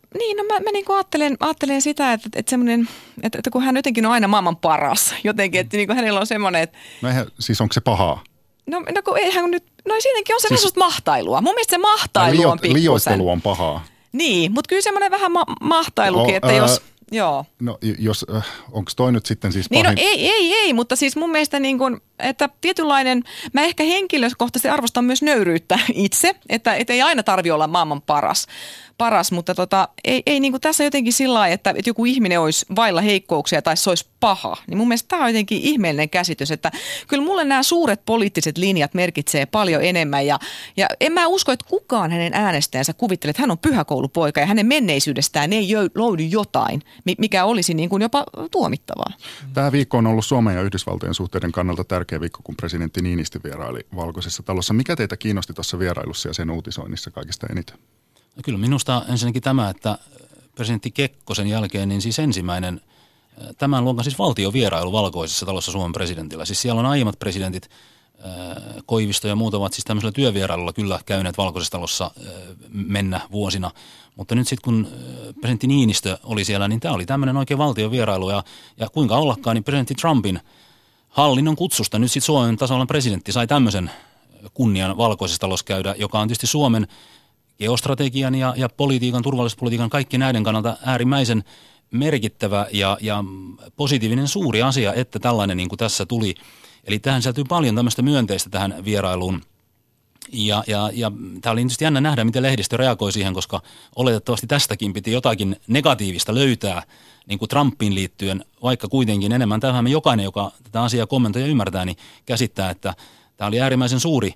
Niin, no mä niin kuin ajattelen sitä, että semmoinen, että kun hän jotenkin on aina maailman paras jotenkin, että niin kuin hänellä on semmoinen, että... No eihän, siis onko se pahaa? No kun eihän nyt, no siinäkin on se siis, mahtailua. Mun mielestä se mahtailu on pikkusen. Liioittelu on pahaa. Niin, mutta kyllä semmoinen vähän mahtailukin, että jos... Joo. No onko toi nyt sitten siis pahin? Niin no ei, mutta siis mun mielestä niin kuin, että tietynlainen, mä ehkä henkilökohtaisesti arvostan myös nöyryyttä itse, että ei aina tarvitse olla maailman paras, mutta ei niin kuin tässä jotenkin sillä lailla, että joku ihminen olisi vailla heikkouksia tai se olisi paha. Niin mun mielestä tämä on jotenkin ihmeellinen käsitys, että kyllä mulle nämä suuret poliittiset linjat merkitsee paljon enemmän ja en mä usko, että kukaan hänen äänestäjänsä kuvittelee, että hän on pyhäkoulupoika ja hänen menneisyydestään ei löydy jotain, mikä olisi niin kuin jopa tuomittavaa. Tämä viikko on ollut Suomen ja Yhdysvaltojen suhteiden kannalta tärkeä viikko, kun presidentti Niinistö vieraili Valkoisessa talossa. Mikä teitä kiinnosti tuossa vierailussa ja sen uutisoinnissa kaikista eniten? No kyllä minusta ensinnäkin tämä, että presidentti Kekkosen jälkeen niin siis ensimmäinen tämän luokan siis valtiovierailu Valkoisessa talossa Suomen presidentillä. Siis siellä on aiemmat presidentit, Koivisto ja muut ovat siis tämmöisellä työvierailulla kyllä käyneet Valkoisessa talossa mennä vuosina. Mutta nyt sitten kun presidentti Niinistö oli siellä, niin tämä oli tämmöinen oikein valtiovierailu ja kuinka ollakaan, niin presidentti Trumpin hallinnon kutsusta nyt sitten Suomen tasavallan presidentti sai tämmöisen kunnian Valkoisessa talossa käydä, joka on tietysti Suomen geostrategian ja politiikan, turvallisuuspolitiikan, kaikki näiden kannalta äärimmäisen merkittävä ja positiivinen suuri asia, että tällainen niin kuin tässä tuli. Eli tähän sisältyy paljon tämmöistä myönteistä tähän vierailuun. Ja tämä oli tietysti jännä nähdä, miten lehdistö reagoi siihen, koska oletettavasti tästäkin piti jotakin negatiivista löytää niin kuin Trumpiin liittyen, vaikka kuitenkin enemmän tähän jokainen, joka tätä asiaa kommentoi ja ymmärtää, niin käsittää, että tämä oli äärimmäisen suuri,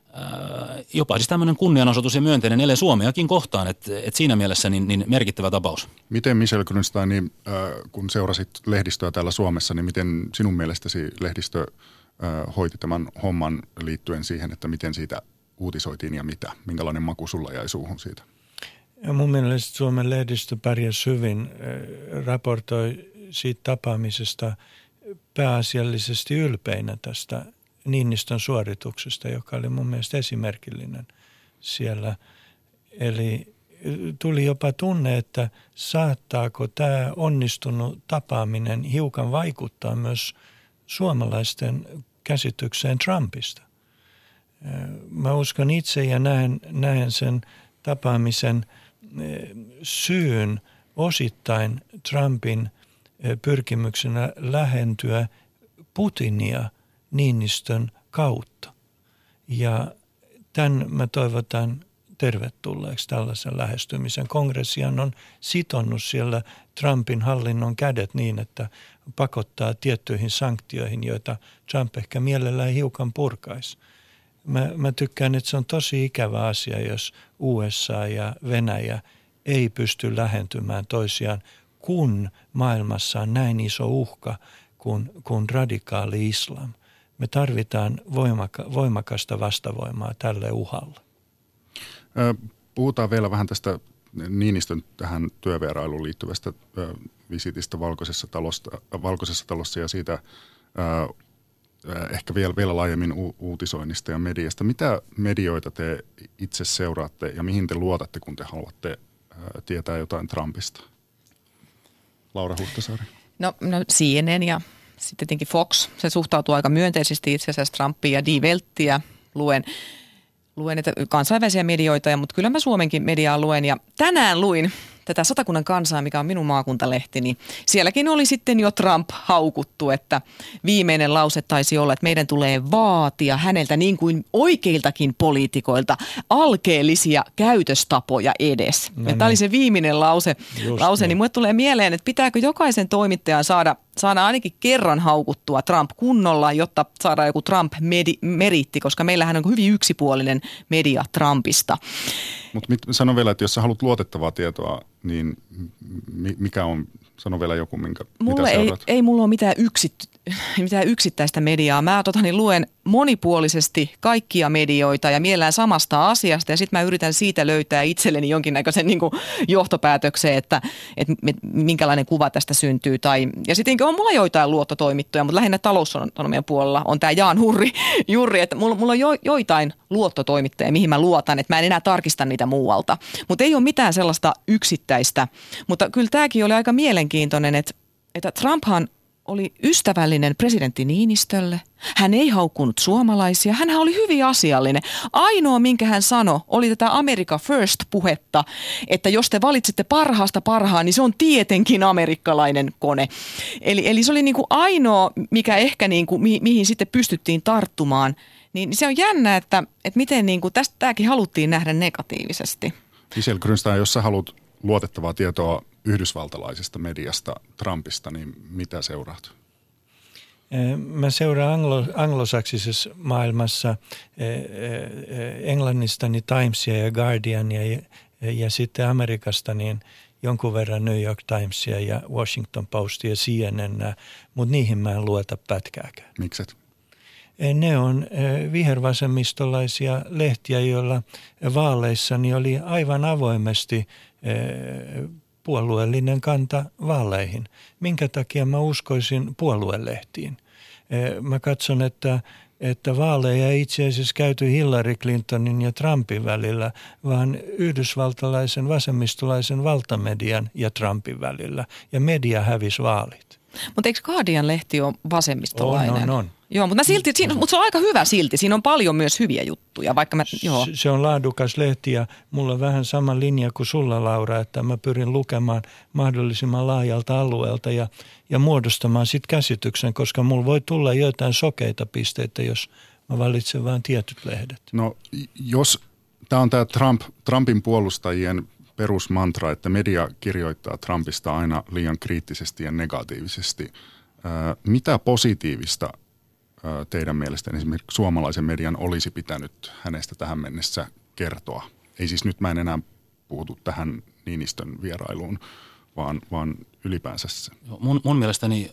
jopa siis tämmöinen kunnianosoitus ja myönteinen ele Suomeakin kohtaan, että siinä mielessä niin merkittävä tapaus. Miten Michel Grünstein, niin, kun seurasit lehdistöä täällä Suomessa, niin miten sinun mielestäsi lehdistö hoiti tämän homman liittyen siihen, että miten siitä uutisoitiin ja mitä? Minkälainen maku sulla jäi suuhun siitä? Ja mun mielestä Suomen lehdistö pärjäsi hyvin, raportoi siitä tapaamisesta pääasiallisesti ylpeinä tästä Niinistön suorituksesta, joka oli mun mielestä esimerkillinen siellä. Eli tuli jopa tunne, että saattaako tämä onnistunut tapaaminen hiukan vaikuttaa myös suomalaisten käsitykseen Trumpista. Mä uskon itse ja näen sen tapaamisen syyn osittain Trumpin pyrkimyksenä lähentyä Putinia Niinistön kautta. Ja tämän mä toivotan tervetulleeksi tällaisen lähestymisen. Kongressihan on sitonut siellä Trumpin hallinnon kädet niin, että pakottaa tiettyihin sanktioihin, joita Trump ehkä mielellään hiukan purkaisi. Mä tykkään, että se on tosi ikävä asia, jos USA ja Venäjä ei pysty lähentymään toisiaan, kun maailmassa on näin iso uhka kuin radikaali islam. Me tarvitaan voimakasta vastavoimaa tälle uhalle. Puhutaan vielä vähän tästä Niinistön tähän työvierailuun liittyvästä visitistä Valkoisessa talossa ja siitä ehkä vielä laajemmin uutisoinnista ja mediasta. Mitä medioita te itse seuraatte ja mihin te luotatte, kun te haluatte tietää jotain Trumpista? Laura Huhtasaari. No CNN ja sitten tietenkin Fox. Se suhtautuu aika myönteisesti itse asiassa Trumpiin ja Die Weltia luen että kansainvälisiä medioita, mutta kyllä mä Suomenkin mediaa luen. Ja tänään luin tätä Satakunnan Kansaa, mikä on minun maakuntalehti, niin sielläkin oli sitten jo Trump haukuttu, että viimeinen lause taisi olla, että meidän tulee vaatia häneltä niin kuin oikeiltakin poliitikoilta alkeellisia käytöstapoja edes. No ja tämä oli se viimeinen lause niin mulle tulee mieleen, että pitääkö jokaisen toimittajan saada ainakin kerran haukuttua Trump kunnolla, jotta saadaan joku Trump-meritti, koska meillähän on hyvin yksipuolinen media Trumpista. Mutta sano vielä, että jos sä haluat luotettavaa tietoa, niin mikä on, sano vielä joku, mitä seuraat? Ei mulla ole mitään yksittäistä mediaa. Mä monipuolisesti kaikkia medioita ja mielellään samasta asiasta ja sitten mä yritän siitä löytää itselleni jonkinnäköisen niin kuin johtopäätöksen, että minkälainen kuva tästä syntyy. Ja sitten on mulla joitain luottotoimittajia, mutta lähinnä Taloussanomien puolella on tämä Jaan Jurri, että mulla on joitain luottotoimittajia, mihin mä luotan, että mä en enää tarkista niitä muualta. Mutta ei ole mitään sellaista yksittäistä, mutta kyllä tämäkin oli aika mielenkiintoinen, että Trumphan oli ystävällinen presidentti Niinistölle. Hän ei haukkunut suomalaisia. Hänhän oli hyvin asiallinen. Ainoa, minkä hän sanoi, oli tätä America First-puhetta, että jos te valitsette parhaasta parhaan, niin se on tietenkin amerikkalainen kone. Eli se oli niin kuin ainoa, mikä ehkä niin kuin, mihin sitten pystyttiin tarttumaan. Niin se on jännä, että miten niin kuin tämäkin haluttiin nähdä negatiivisesti. Giselle Grünstein, jos sä haluat luotettavaa tietoa yhdysvaltalaisesta mediasta Trumpista, niin mitä seuraat? Mä seuraan anglosaksisessa maailmassa Englannista niin Timesia ja Guardiania ja sitten Amerikasta niin jonkun verran New York Timesia ja Washington Postia ja CNN, mutta niihin mä en luota pätkääkään. Mikset? Ne on vihervasemmistolaisia lehtiä, joilla vaaleissa niin oli aivan avoimesti puolueellinen kanta vaaleihin. Minkä takia mä uskoisin puoluelehtiin? Mä katson, että vaaleja ei itse asiassa käyty Hillary Clintonin ja Trumpin välillä, vaan yhdysvaltalaisen vasemmistolaisen valtamedian ja Trumpin välillä. Ja media hävisi vaalit. Mutta eikö Guardian-lehti ole vasemmistolainen? On. Joo, mutta se on aika hyvä silti. Siinä on paljon myös hyviä juttuja. Se on laadukas lehti ja mulla on vähän sama linja kuin sulla, Laura, että mä pyrin lukemaan mahdollisimman laajalta alueelta ja muodostamaan sit käsityksen, koska mulla voi tulla joitain sokeita pisteitä, jos mä valitsen vain tietyt lehdet. No jos tämä on tämä Trumpin puolustajien perusmantra, että media kirjoittaa Trumpista aina liian kriittisesti ja negatiivisesti. Mitä positiivista teidän mielestänne esimerkiksi suomalaisen median olisi pitänyt hänestä tähän mennessä kertoa? Ei siis nyt mä en enää puutu tähän Niinistön vierailuun, vaan ylipäänsä se. Mun mielestäni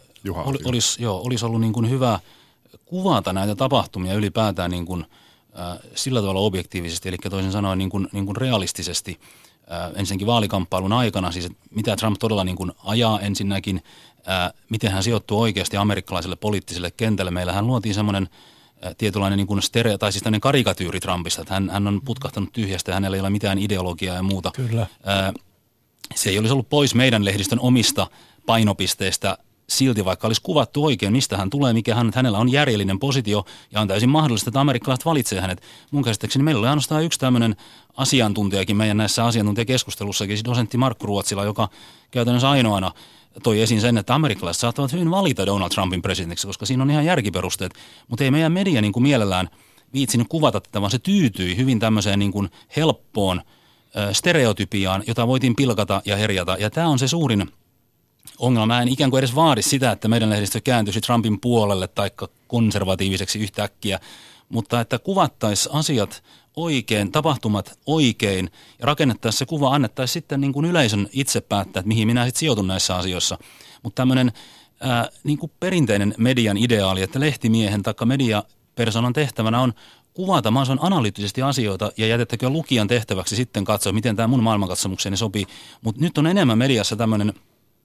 olisi ollut niin kuin hyvä kuvata näitä tapahtumia ylipäätään niin kuin, sillä tavalla objektiivisesti, eli toisin sanoen niin kuin realistisesti. Ensinnäkin vaalikamppailun aikana, siis mitä Trump todella niin kuin ajaa ensinnäkin, miten hän sijoittuu oikeasti amerikkalaiselle poliittiselle kentälle. Meillähän luotiin semmoinen tietynlainen niin kuin tai siis tämmöinen karikatyyri Trumpista, että hän on putkahtanut tyhjästä ja hänellä ei ole mitään ideologiaa ja muuta. Kyllä. Se ei olisi ollut pois meidän lehdistön omista painopisteistä silti, vaikka olisi kuvattu oikein, mistä hän tulee, hänellä on järjellinen positio ja on täysin mahdollista, että amerikkalaiset valitsee hänet. Mun käsittääkseni meillä oli ainoastaan yksi tämmöinen asiantuntijakin meidän näissä asiantuntijakeskustelussakin, siis dosentti Markku Ruotsila, joka käytännössä ainoana toi esiin sen, että amerikkalaiset saattavat hyvin valita Donald Trumpin presidentiksi, koska siinä on ihan järkiperusteet, mutta ei meidän media niin kuin mielellään viitsinyt kuvata tätä, vaan se tyytyi hyvin tämmöiseen niin kuin helppoon stereotypiaan, jota voitiin pilkata ja herjata, ja tämä on se suurin ongelma. Mä en ikään kuin edes vaadi sitä, että meidän lehdistö kääntyisi Trumpin puolelle tai konservatiiviseksi yhtäkkiä, mutta että kuvattaisiin asiat oikein, tapahtumat oikein ja rakennettaisiin se kuva, annettaisiin sitten niin kuin yleisön itse päättää, että mihin minä sitten sijoitun näissä asioissa. Mutta tämmöinen niin kuin perinteinen median ideaali, että lehtimiehen tai mediapersonan tehtävänä on kuvata mahdollisimman analyyttisesti asioita ja jätettäköön lukijan tehtäväksi sitten katsoa, miten tämä mun maailmankatsomukseni sopii. Mutta nyt on enemmän mediassa tämmöinen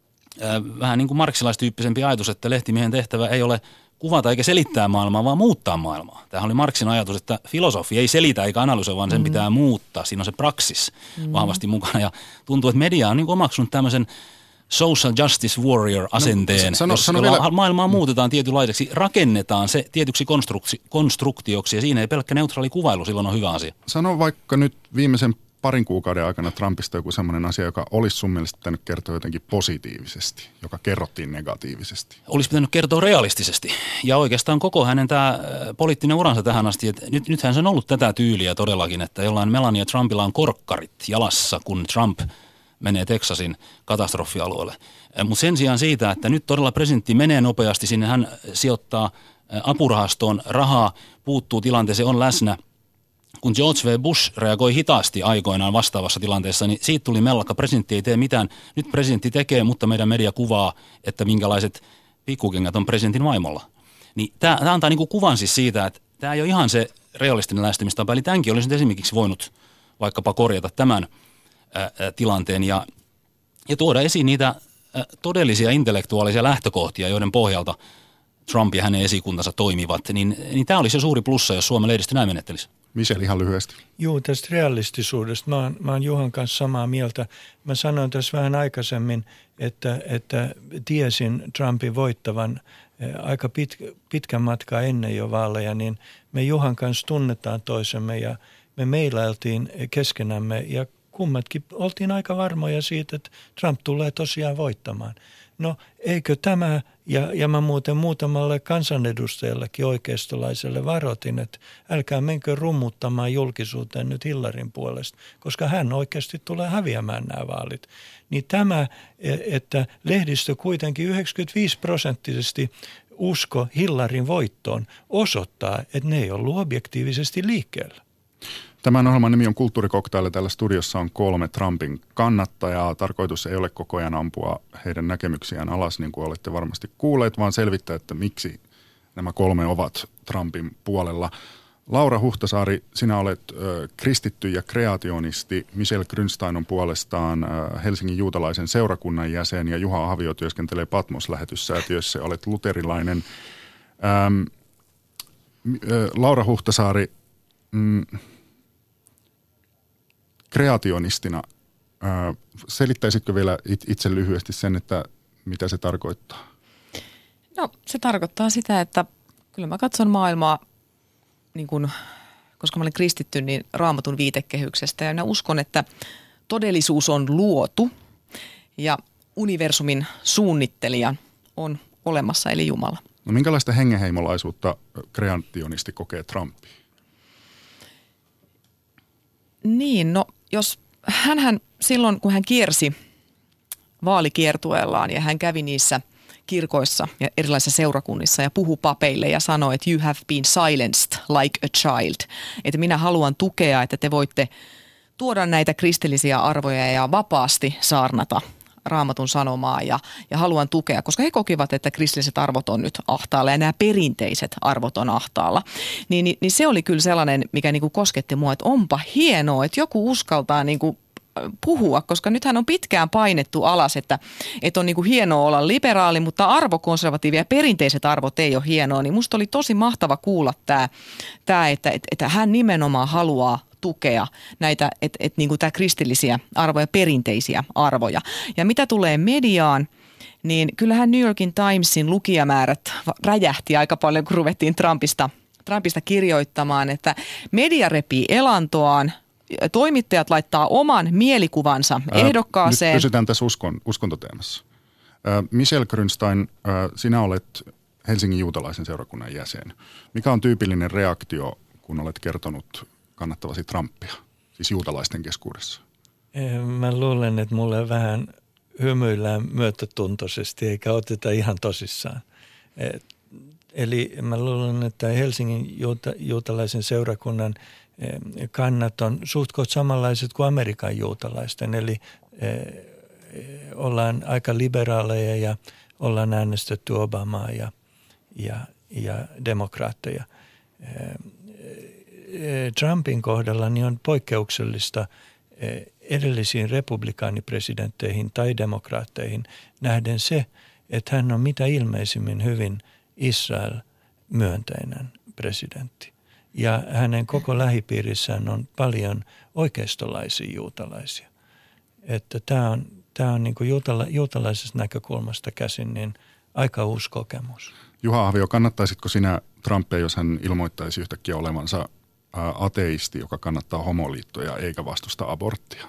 vähän niin kuin marksilaistyyppisempi ajatus, että lehtimiehen tehtävä ei ole kuvata eikä selittää maailmaa, vaan muuttaa maailmaa. Tämähän oli Marxin ajatus, että filosofi ei selitä eikä analysoi, vaan sen pitää muuttaa. Siinä on se praksis vahvasti mukana ja tuntuu, että media on niin kuin omaksunut tämmöisen social justice warrior asenteen, jolla maailmaa muutetaan tietynlaiseksi, rakennetaan se tietyksi konstruktioksi ja siinä ei pelkkä neutraali kuvailu silloin on hyvä asia. Sano vaikka nyt viimeisen parin kuukauden aikana Trumpista joku sellainen asia, joka olisi sun mielestä pitänyt kertoa jotenkin positiivisesti, joka kerrottiin negatiivisesti? Olisi pitänyt kertoa realistisesti. Ja oikeastaan koko hänen tämä poliittinen uransa tähän asti, että nythän se on ollut tätä tyyliä todellakin, että jollain Melania Trumpilla on korkkarit jalassa, kun Trump menee Texasin katastrofialueelle. Mutta sen sijaan siitä, että nyt todella presidentti menee nopeasti sinne, hän sijoittaa apurahastoon rahaa, puuttuu tilanteeseen, on läsnä. Kun George W. Bush reagoi hitaasti aikoinaan vastaavassa tilanteessa, niin siitä tuli mellakka. Presidentti ei tee mitään. Nyt presidentti tekee, mutta meidän media kuvaa, että minkälaiset pikkukengät on presidentin vaimolla. Niin tämä antaa niinku kuvan siis siitä, että tämä ei ole ihan se realistinen lähestymistapa. Eli tämänkin olisi nyt esimerkiksi voinut vaikkapa korjata tämän tilanteen ja tuoda esiin niitä todellisia intellektuaalisia lähtökohtia, joiden pohjalta Trump ja hänen esikuntansa toimivat, niin tämä olisi jo suuri plussa, jos Suomen lehdistö näin menettelisi. Michel, ihan lyhyesti. Joo, tästä realistisuudesta. Mä oon Juhan kanssa samaa mieltä. Mä sanoin tässä vähän aikaisemmin, että tiesin Trumpin voittavan aika pitkän matkaa ennen jo vaaleja, niin me Juhan kanssa tunnetaan toisemme ja me meilailtiin keskenämme ja kummatkin oltiin aika varmoja siitä, että Trump tulee tosiaan voittamaan. No eikö tämä, ja mä muuten muutamalle kansanedustajallekin oikeistolaiselle varoitin, että älkää menkö rummuttamaan julkisuuteen nyt Hillaryn puolesta, koska hän oikeasti tulee häviämään nämä vaalit. Niin tämä, että lehdistö kuitenkin 95% usko Hillaryn voittoon, osoittaa, että ne ei ollut objektiivisesti liikkeellä. Tämän ohjelman nimi on Kulttuurikoktaili. Täällä studiossa on 3 Trumpin kannattajaa. Tarkoitus ei ole koko ajan ampua heidän näkemyksiään alas, niin kuin olette varmasti kuulleet, vaan selvittää, että miksi nämä 3 ovat Trumpin puolella. Laura Huhtasaari, sinä olet kristitty ja kreationisti. Michel Grünstein on puolestaan Helsingin juutalaisen seurakunnan jäsen ja Juha Ahavio työskentelee Patmos-lähetyssäätiössä. Olet luterilainen. Laura Huhtasaari, kreationistina, selittäisitkö vielä itse lyhyesti sen, että mitä se tarkoittaa? No se tarkoittaa sitä, että kyllä mä katson maailmaa, niin kun, koska mä olen kristitty, niin Raamatun viitekehyksestä ja minä uskon, että todellisuus on luotu ja universumin suunnittelija on olemassa eli Jumala. No minkälaista hengenheimolaisuutta kreationisti kokee Trumpi? Niin, no jos hänhän silloin, kun hän kiersi vaalikiertueellaan ja hän kävi niissä kirkoissa ja erilaisissa seurakunnissa ja puhui papeille ja sanoi, että you have been silenced like a child. Että minä haluan tukea, että te voitte tuoda näitä kristillisiä arvoja ja vapaasti saarnata Raamatun sanomaa ja haluan tukea, koska he kokivat, että kristilliset arvot on nyt ahtaalla ja nämä perinteiset arvot on ahtaalla. Niin se oli kyllä sellainen, mikä niin kuin kosketti mua, että onpa hienoa, että joku uskaltaa niin kuin puhua, koska nythän on pitkään painettu alas, että on niin kuin hienoa olla liberaali, mutta arvokonservatiivi ja perinteiset arvot ei ole hienoa. Niin musta oli tosi mahtava kuulla tämä että hän nimenomaan haluaa tukea näitä, että niin kuin tämä kristillisiä arvoja, perinteisiä arvoja. Ja mitä tulee mediaan, niin kyllähän New Yorkin Timesin lukijamäärät räjähti aika paljon, kun ruvettiin Trumpista kirjoittamaan, että media repii elantoaan, toimittajat laittaa oman mielikuvansa ehdokkaaseen. Nyt pysytään tässä uskontoteemassa. Michel Grünstein, sinä olet Helsingin juutalaisen seurakunnan jäsen. Mikä on tyypillinen reaktio, kun olet kertonut kannattavasi Trumpia, siis juutalaisten keskuudessa? Mä luulen, että mulle vähän hymyillään myötätuntoisesti eikä oteta ihan tosissaan. Eli mä luulen, että Helsingin juutalaisen seurakunnan kannat on suht koht samanlaiset kuin Amerikan juutalaisten. Eli ollaan aika liberaaleja ja ollaan äänestetty Obamaa ja demokraatteja. Trumpin kohdalla niin on poikkeuksellista edellisiin republikaanipresidentteihin tai demokraatteihin nähden se, että hän on mitä ilmeisimmin hyvin Israel-myönteinen presidentti. Ja hänen koko lähipiirissään on paljon oikeistolaisia juutalaisia. Että tämä on niin kuin juutalaisesta näkökulmasta käsin niin aika uusi kokemus. Juha Ahavio, kannattaisitko sinä Trumpia, jos hän ilmoittaisi yhtäkkiä olevansa ateisti, joka kannattaa homoliittoja eikä vastusta aborttia?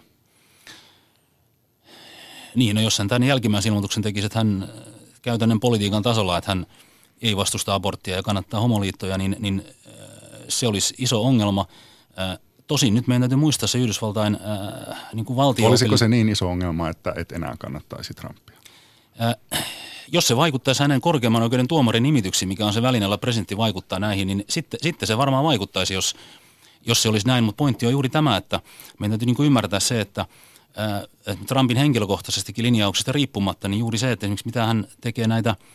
Niin, no jos hän tämän jälkimmäisen ilmoituksen tekisi, että hän käytännön politiikan tasolla, että hän ei vastusta aborttia ja kannattaa homoliittoja, niin se olisi iso ongelma. Tosin nyt meidän täytyy muistaa se Yhdysvaltain niin kuin valtio. Olisiko se niin iso ongelma, että et enää kannattaisi Trumpia? Jos se vaikuttaisi hänen korkeimman oikeuden tuomarin nimityksiin, mikä on se väline, jolla presidentti vaikuttaa näihin, niin sitten se varmaan vaikuttaisi, jos se olisi näin. Mutta pointti on juuri tämä, että meidän täytyy niin kuin ymmärtää se, että Trumpin henkilökohtaisestikin linjauksista riippumatta, niin juuri se, että esimerkiksi mitä hän tekee näitä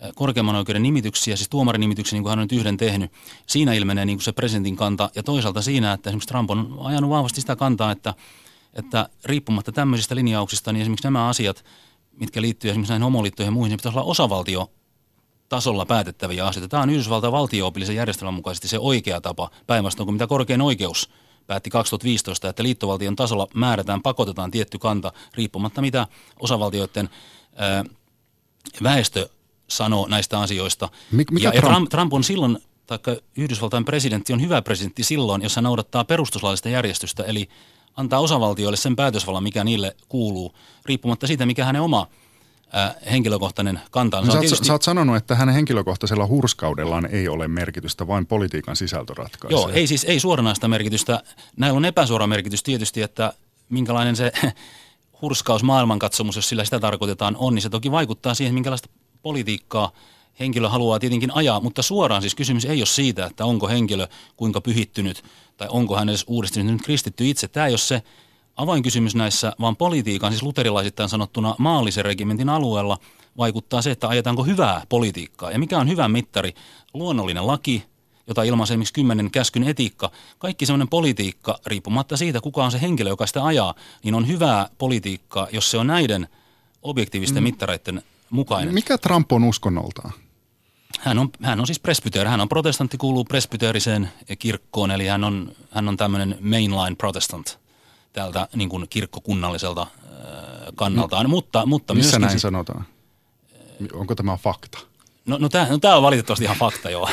korkeimman oikeuden nimityksiä, siis tuomarinimityksiä, niin kuin hän on nyt yhden tehnyt. Siinä ilmenee niin kuin se presidentin kanta ja toisaalta siinä, että esimerkiksi Trump on ajanut vahvasti sitä kantaa, että riippumatta tämmöisistä linjauksista, niin esimerkiksi nämä asiat, mitkä liittyy esimerkiksi näihin homoliittoihin ja muihin, niin pitäisi olla osavaltiotasolla päätettäviä asioita. Tämä on Yhdysvaltain valtio-opillisen järjestelmän mukaisesti se oikea tapa, päinvastoin kuin mitä korkein oikeus päätti 2015, että liittovaltion tasolla pakotetaan tietty kanta riippumatta mitä osavaltioiden väestö sanoo näistä asioista. Ja Trump on silloin, taikka Yhdysvaltain presidentti on hyvä presidentti silloin, jos hän noudattaa perustuslaillista järjestystä, eli antaa osavaltioille sen päätösvallan, mikä niille kuuluu, riippumatta siitä, mikä hänen oma henkilökohtainen kanta on. Sä oot sanonut, että hänen henkilökohtaisella hurskaudellaan ei ole merkitystä, vain politiikan sisältö ratkaisee. Joo, ei suoranaista merkitystä. Näillä on epäsuora merkitys tietysti, että minkälainen se hurskaus maailmankatsomus, jos sillä sitä tarkoitetaan, on, niin se toki vaikuttaa siihen, minkälaista politiikkaa henkilö haluaa tietenkin ajaa, mutta suoraan siis kysymys ei ole siitä, että onko henkilö kuinka pyhittynyt tai onko hän edes uudestaan nyt kristitty itse. Tämä ei ole se avainkysymys näissä, vaan politiikan, siis luterilaisittain sanottuna maallisen regimentin alueella vaikuttaa se, että ajetaanko hyvää politiikkaa. Ja mikä on hyvä mittari? Luonnollinen laki, jota ilmaisee esimerkiksi 10 käskyn etiikka. Kaikki semmoinen politiikka, riippumatta siitä, kuka on se henkilö, joka sitä ajaa, niin on hyvää politiikkaa, jos se on näiden objektiivisten mittareiden mukainen. Mikä Trump on uskonnoltaan? Hän on siis presbyteeri. Hän on protestantti, kuuluu presbyteeriseen kirkkoon, eli hän on tämmöinen mainline protestant tältä niin kuin kirkkokunnalliselta kannaltaan. Mutta missä myöskin näin sanotaan? Onko tämä fakta? No tämä on valitettavasti ihan fakta, joo.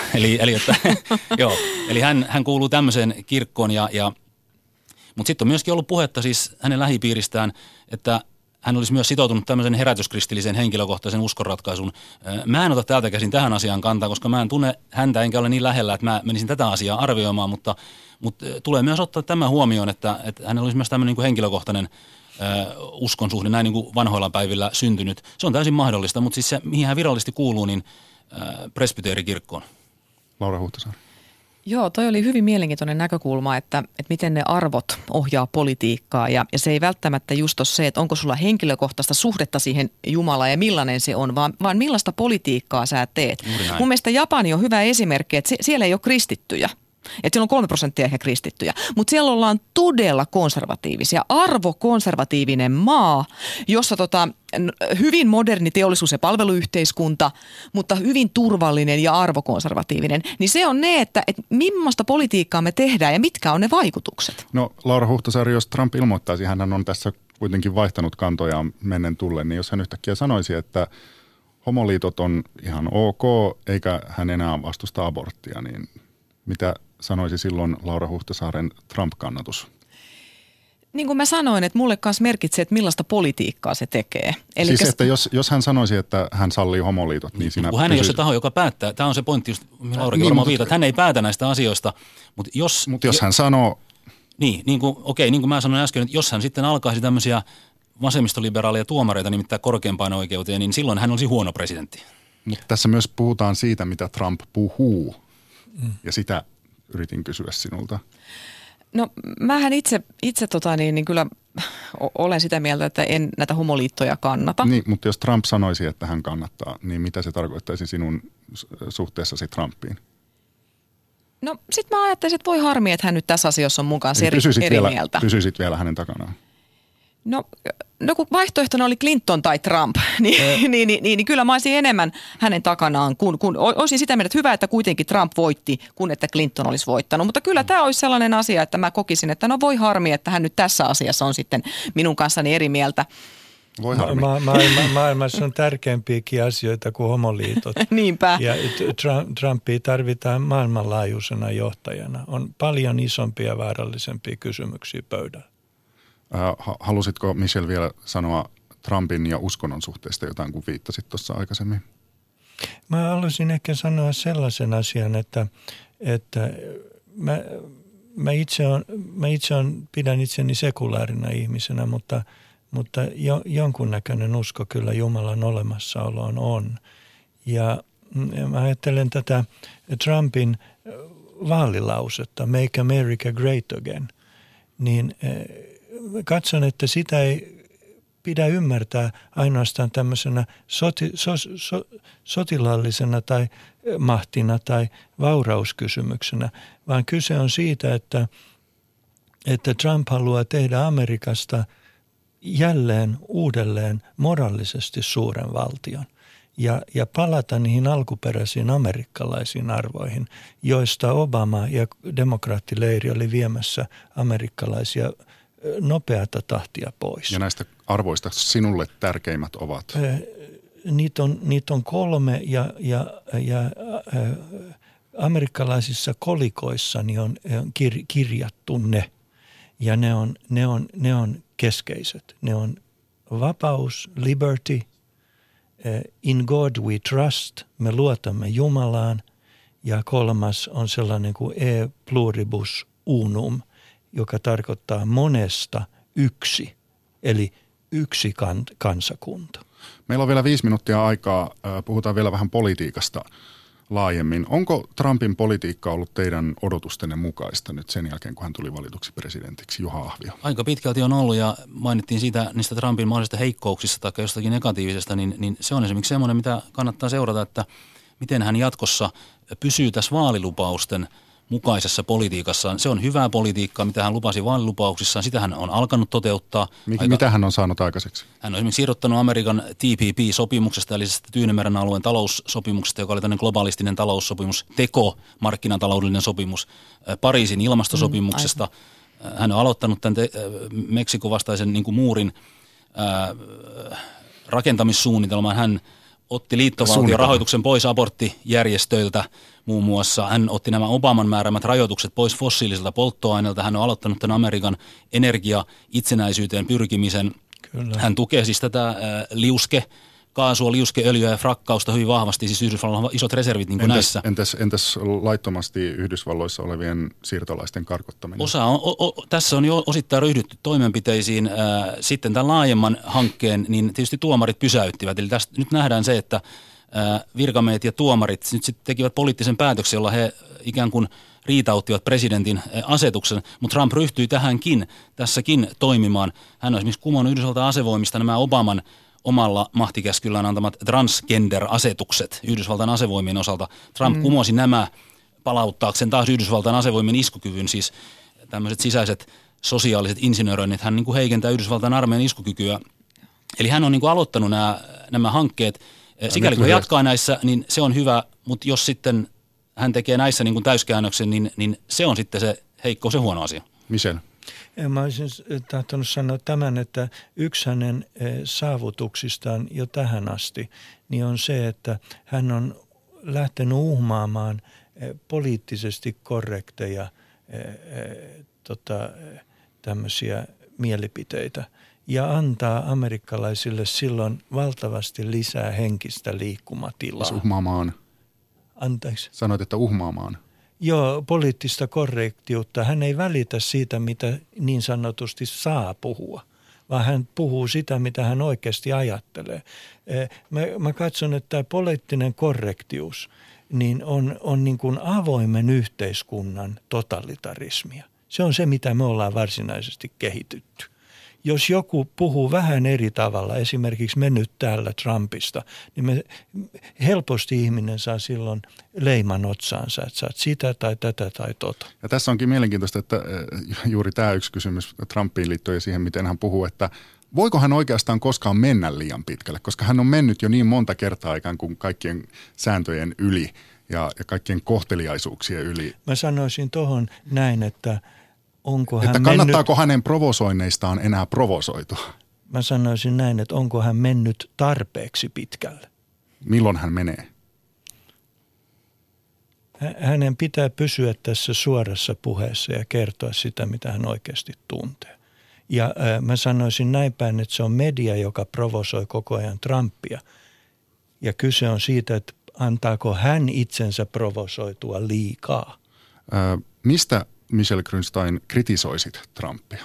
Eli hän kuuluu tämmöiseen kirkkoon, mutta sitten on myöskin ollut puhetta siis hänen lähipiiristään, että hän olisi myös sitoutunut tämmöisen herätyskristillisen henkilökohtaisen uskonratkaisun. Mä en ota täältä käsin tähän asiaan kantaa, koska mä en tunne häntä enkä ole niin lähellä, että mä menisin tätä asiaa arvioimaan, mutta tulee myös ottaa tämä huomioon, että hänellä olisi myös tämmöinen niin kuin henkilökohtainen uskonsuhde näin niin kuin vanhoilla päivillä syntynyt. Se on täysin mahdollista, mutta siis se, mihin hän virallisesti kuuluu, niin presbyteerikirkkoon. Laura Huhtasaari. Joo, toi oli hyvin mielenkiintoinen näkökulma, että miten ne arvot ohjaa politiikkaa ja se ei välttämättä just ole se, että onko sulla henkilökohtaista suhdetta siihen Jumalaan ja millainen se on, vaan millaista politiikkaa sä teet. Mun mielestä Japani on hyvä esimerkki, että siellä ei ole kristittyjä. Että siellä on 3% ehkä kristittyjä, mutta siellä ollaan todella konservatiivisia, arvokonservatiivinen maa, jossa hyvin moderni teollisuus- ja palveluyhteiskunta, mutta hyvin turvallinen ja arvokonservatiivinen. Niin se on ne, että millaista politiikkaa me tehdään ja mitkä on ne vaikutukset. No Laura Huhtasaari, jos Trump ilmoittaisi, hän on tässä kuitenkin vaihtanut kantojaan mennen tullen, niin jos hän yhtäkkiä sanoisi, että homoliitot on ihan ok, eikä hän enää vastusta aborttia, niin mitä sanoisi silloin Laura Huhtasaaren Trump-kannatus? Niin kuin mä sanoin, että mulle kanssa merkitsee, että millaista politiikkaa se tekee. Siis että jos hän sanoisi, että hän sallii homoliitot, niin siinä hän ei ole se taho, joka päättää. Tämä on se pointti, just Laurakin varmaan viittaa, että hän ei päätä näistä asioista. Mutta jos hän sanoo... Niin kuin mä sanoin äsken, että jos hän sitten alkaisi tämmöisiä vasemmistoliberaaleja tuomareita nimittää korkeimpaan oikeuteen, niin silloin hän olisi huono presidentti. Mutta tässä myös puhutaan siitä, mitä Trump puhuu. Ja sitä yritin kysyä sinulta. No mähän itse niin kyllä olen sitä mieltä, että en näitä homoliittoja kannata. Niin, mutta jos Trump sanoisi, että hän kannattaa, niin mitä se tarkoittaisi sinun suhteessasi Trumpiin? No sit mä ajattelisin, että voi harmi, että hän nyt tässä asiassa on mun kanssa eri mieltä. Pysyisit vielä hänen takanaan. No kun vaihtoehtona oli Clinton tai Trump, niin kyllä mä olisin enemmän hänen takanaan, kun olisin sitä mieltä, että hyvä, että kuitenkin Trump voitti, kun että Clinton olisi voittanut. Mutta kyllä tämä olisi sellainen asia, että mä kokisin, että no voi harmi, että hän nyt tässä asiassa on sitten minun kanssani eri mieltä. Voi harmi. Maailmassa on tärkeämpiäkin asioita kuin homoliitot. Niinpä. Ja Trumpia tarvitaan maailmanlaajuisena johtajana. On paljon isompia vaarallisempia kysymyksiä pöydällä. Halusitko Michelle vielä sanoa Trumpin ja uskonnon suhteesta jotain, kun viittasit tuossa aikaisemmin? Mä haluaisin ehkä sanoa sellaisen asian, että pidän itseni sekulaarina ihmisenä, mutta jonkunnäköinen usko kyllä Jumalan olemassaoloon on. Ja mä ajattelen tätä Trumpin vaalilausetta, Make America Great Again, niin katson, että sitä ei pidä ymmärtää ainoastaan tämmöisenä sotilaallisena tai mahtina tai vaurauskysymyksenä, vaan kyse on siitä, että Trump haluaa tehdä Amerikasta jälleen uudelleen moraalisesti suuren valtion ja palata niihin alkuperäisiin amerikkalaisiin arvoihin, joista Obama ja demokraattileiri oli viemässä amerikkalaisia nopeata tahtia pois. Ja näistä arvoista sinulle tärkeimmät ovat? Niitä on 3 ja amerikkalaisissa kolikoissa on kirjattu ne. Ja ne on keskeiset. Ne on vapaus, liberty, in God we trust, me luotamme Jumalaan. Ja 3 on sellainen kuin e pluribus unum, joka tarkoittaa monesta yksi, eli yksi kansakunta. Meillä on vielä 5 minuuttia aikaa. Puhutaan vielä vähän politiikasta laajemmin. Onko Trumpin politiikka ollut teidän odotustenne mukaista nyt sen jälkeen, kun hän tuli valituksi presidentiksi? Juha Ahvio. Aika pitkälti on ollut ja mainittiin siitä niistä Trumpin mahdollisista heikkouksista tai jostakin negatiivisesta, niin se on esimerkiksi semmoinen, mitä kannattaa seurata, että miten hän jatkossa pysyy tässä vaalilupausten mukaisessa politiikassaan. Se on hyvää politiikkaa, mitä hän lupasi vaalilupauksissaan. Sitä hän on alkanut toteuttaa. Mitä hän on saanut aikaiseksi? Hän on esimerkiksi irrottanut Amerikan TPP-sopimuksesta, eli Tyynemeren alueen taloussopimuksesta, joka oli tämmöinen globalistinen taloussopimus, markkinataloudellinen sopimus, Pariisin ilmastosopimuksesta. Hän on aloittanut tämän Meksikon vastaisen niin kuin muurin rakentamissuunnitelman. Hän otti liittovaltion rahoituksen pois aborttijärjestöiltä muun muassa. Hän otti nämä Obaman määräämät rajoitukset pois fossiilisilta polttoaineilta. Hän on aloittanut tämän Amerikan energia-itsenäisyyteen pyrkimisen. Kyllä. Hän tukee siis tätä kaasua, liuskeöljyä ja frakkausta hyvin vahvasti. Siis Yhdysvalloilla on isot reservit niin kuin näissä. Entäs laittomasti Yhdysvalloissa olevien siirtolaisten karkottaminen? Tässä on jo osittain ryhdytty toimenpiteisiin. Sitten tämän laajemman hankkeen, niin tietysti tuomarit pysäyttivät. Eli tästä nyt nähdään se, että virkamiehet ja tuomarit nyt sitten tekivät poliittisen päätöksen, jolla he ikään kuin riitauttivat presidentin asetuksen, mutta Trump ryhtyi tässäkin toimimaan. Hän on esimerkiksi kumonnut Yhdysvaltain asevoimista nämä Obaman omalla mahtikäskyllään antamat transgender-asetukset Yhdysvaltain asevoimien osalta. Trump kumosi nämä palauttaakseen taas Yhdysvaltain asevoimien iskukyvyn, siis tämmöiset sisäiset sosiaaliset insinöröinnit. Hän niin kuin heikentää Yhdysvaltain armeijan iskukykyä. Eli hän on niin kuin aloittanut nämä hankkeet. Sikäli kun jatkaa näissä, niin se on hyvä, mutta jos sitten hän tekee näissä niin kuin täyskäännöksen, niin se on sitten se heikkous ja huono asia. Michel? Mä olisin tahtonut sanoa tämän, että yksi hänen saavutuksistaan jo tähän asti niin on se, että hän on lähtenyt uhmaamaan poliittisesti korrekteja tämmöisiä mielipiteitä ja antaa amerikkalaisille silloin valtavasti lisää henkistä liikkumatilaa. Uhmaamaan? Anteeksi? Sanoit, että uhmaamaan. Joo, poliittista korrektiutta. Hän ei välitä siitä, mitä niin sanotusti saa puhua, vaan hän puhuu sitä, mitä hän oikeasti ajattelee. Mä katson, että tämä poliittinen korrektius niin on niin kuin avoimen yhteiskunnan totalitarismia. Se on se, mitä me ollaan varsinaisesti kehitytty. Jos joku puhuu vähän eri tavalla, esimerkiksi me nyt täällä Trumpista, niin helposti ihminen saa silloin leiman otsaansa, että saat sitä tai tätä tai tota. Ja tässä onkin mielenkiintoista, että juuri tämä yksi kysymys Trumpiin liittyen ja siihen, miten hän puhuu, että voiko hän oikeastaan koskaan mennä liian pitkälle, koska hän on mennyt jo niin monta kertaa ikään kuin kaikkien sääntöjen yli ja kaikkien kohteliaisuuksien yli. Mä sanoisin tuohon näin, että kannattaako hänen provosoinneistaan enää provosoitua? Mä sanoisin näin, että onko hän mennyt tarpeeksi pitkälle? Milloin hän menee? Hänen pitää pysyä tässä suorassa puheessa ja kertoa sitä, mitä hän oikeasti tuntee. Ja mä sanoisin näin päin, että se on media, joka provosoi koko ajan Trumpia. Ja kyse on siitä, että antaako hän itsensä provosoitua liikaa. Mistä Michel Grünstein kritisoisit Trumpia?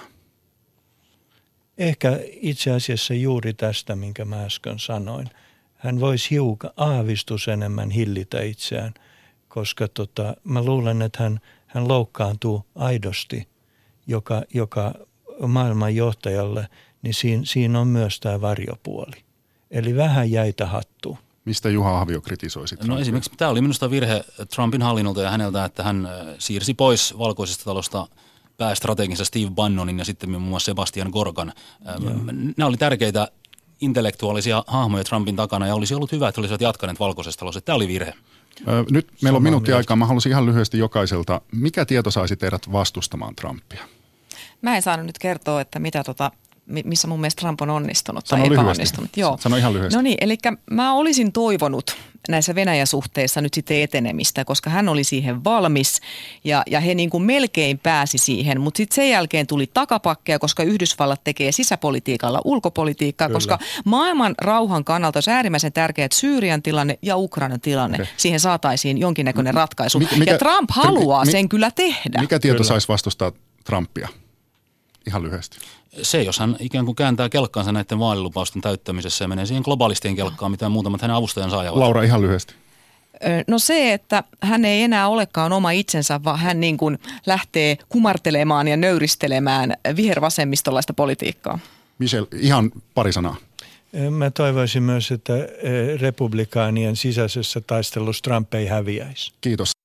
Ehkä itse asiassa juuri tästä, minkä mä äsken sanoin. Hän voisi hiukan aavistus enemmän hillitä itseään, koska mä luulen, että hän loukkaantuu aidosti, joka maailman johtajalle niin siinä on myös tämä varjopuoli. Eli vähän jäitä hattuun. Mistä Juha Ahvio kritisoi sitten? No esimerkiksi tämä oli minusta virhe Trumpin hallinnolta ja häneltä, että hän siirsi pois Valkoisesta talosta päästrateginsa Steve Bannonin ja sitten muun muassa Sebastian Gorgan. Nämä oli tärkeitä intellektuaalisia hahmoja Trumpin takana ja olisi ollut hyvä, että olisivat jatkaneet Valkoisesta talossa. Tämä oli virhe. Nyt meillä on minuutti aikaa. Mä haluaisin ihan lyhyesti jokaiselta. Mikä tieto saisi teidät vastustamaan Trumpia? Mä en saanut nyt kertoa, että missä mun mielestä Trump on onnistunut Sano tai lyhyesti. epäonnistunut. Joo. Sano ihan lyhyesti. No niin, eli mä olisin toivonut näissä Venäjä-suhteissa nyt sitten etenemistä, koska hän oli siihen valmis ja he niin kuin melkein pääsi siihen, mutta sitten sen jälkeen tuli takapakkeja, koska Yhdysvallat tekee sisäpolitiikalla ulkopolitiikkaa, Kyllä. koska maailman rauhan kannalta olisi äärimmäisen tärkeää, että Syyrian tilanne ja Ukrainan tilanne, siihen saataisiin jonkinnäköinen ratkaisu. Ja Trump haluaa sen kyllä tehdä. Mikä tieto saisi vastustaa Trumpia? Ihan lyhyesti. Se, jos hän ikään kuin kääntää kelkkaansa näiden vaalilupausten täyttämisessä ja menee siihen globaalistien kelkkaan, mitä muutamat hänen avustajansa ajavat. Laura, ihan lyhyesti. No se, että hän ei enää olekaan oma itsensä, vaan hän niin kuin lähtee kumartelemaan ja nöyristelemään vihervasemmistolaista politiikkaa. Michel, ihan pari sanaa. Mä toivoisin myös, että republikaanien sisäisessä taistelussa Trump ei häviäisi. Kiitos.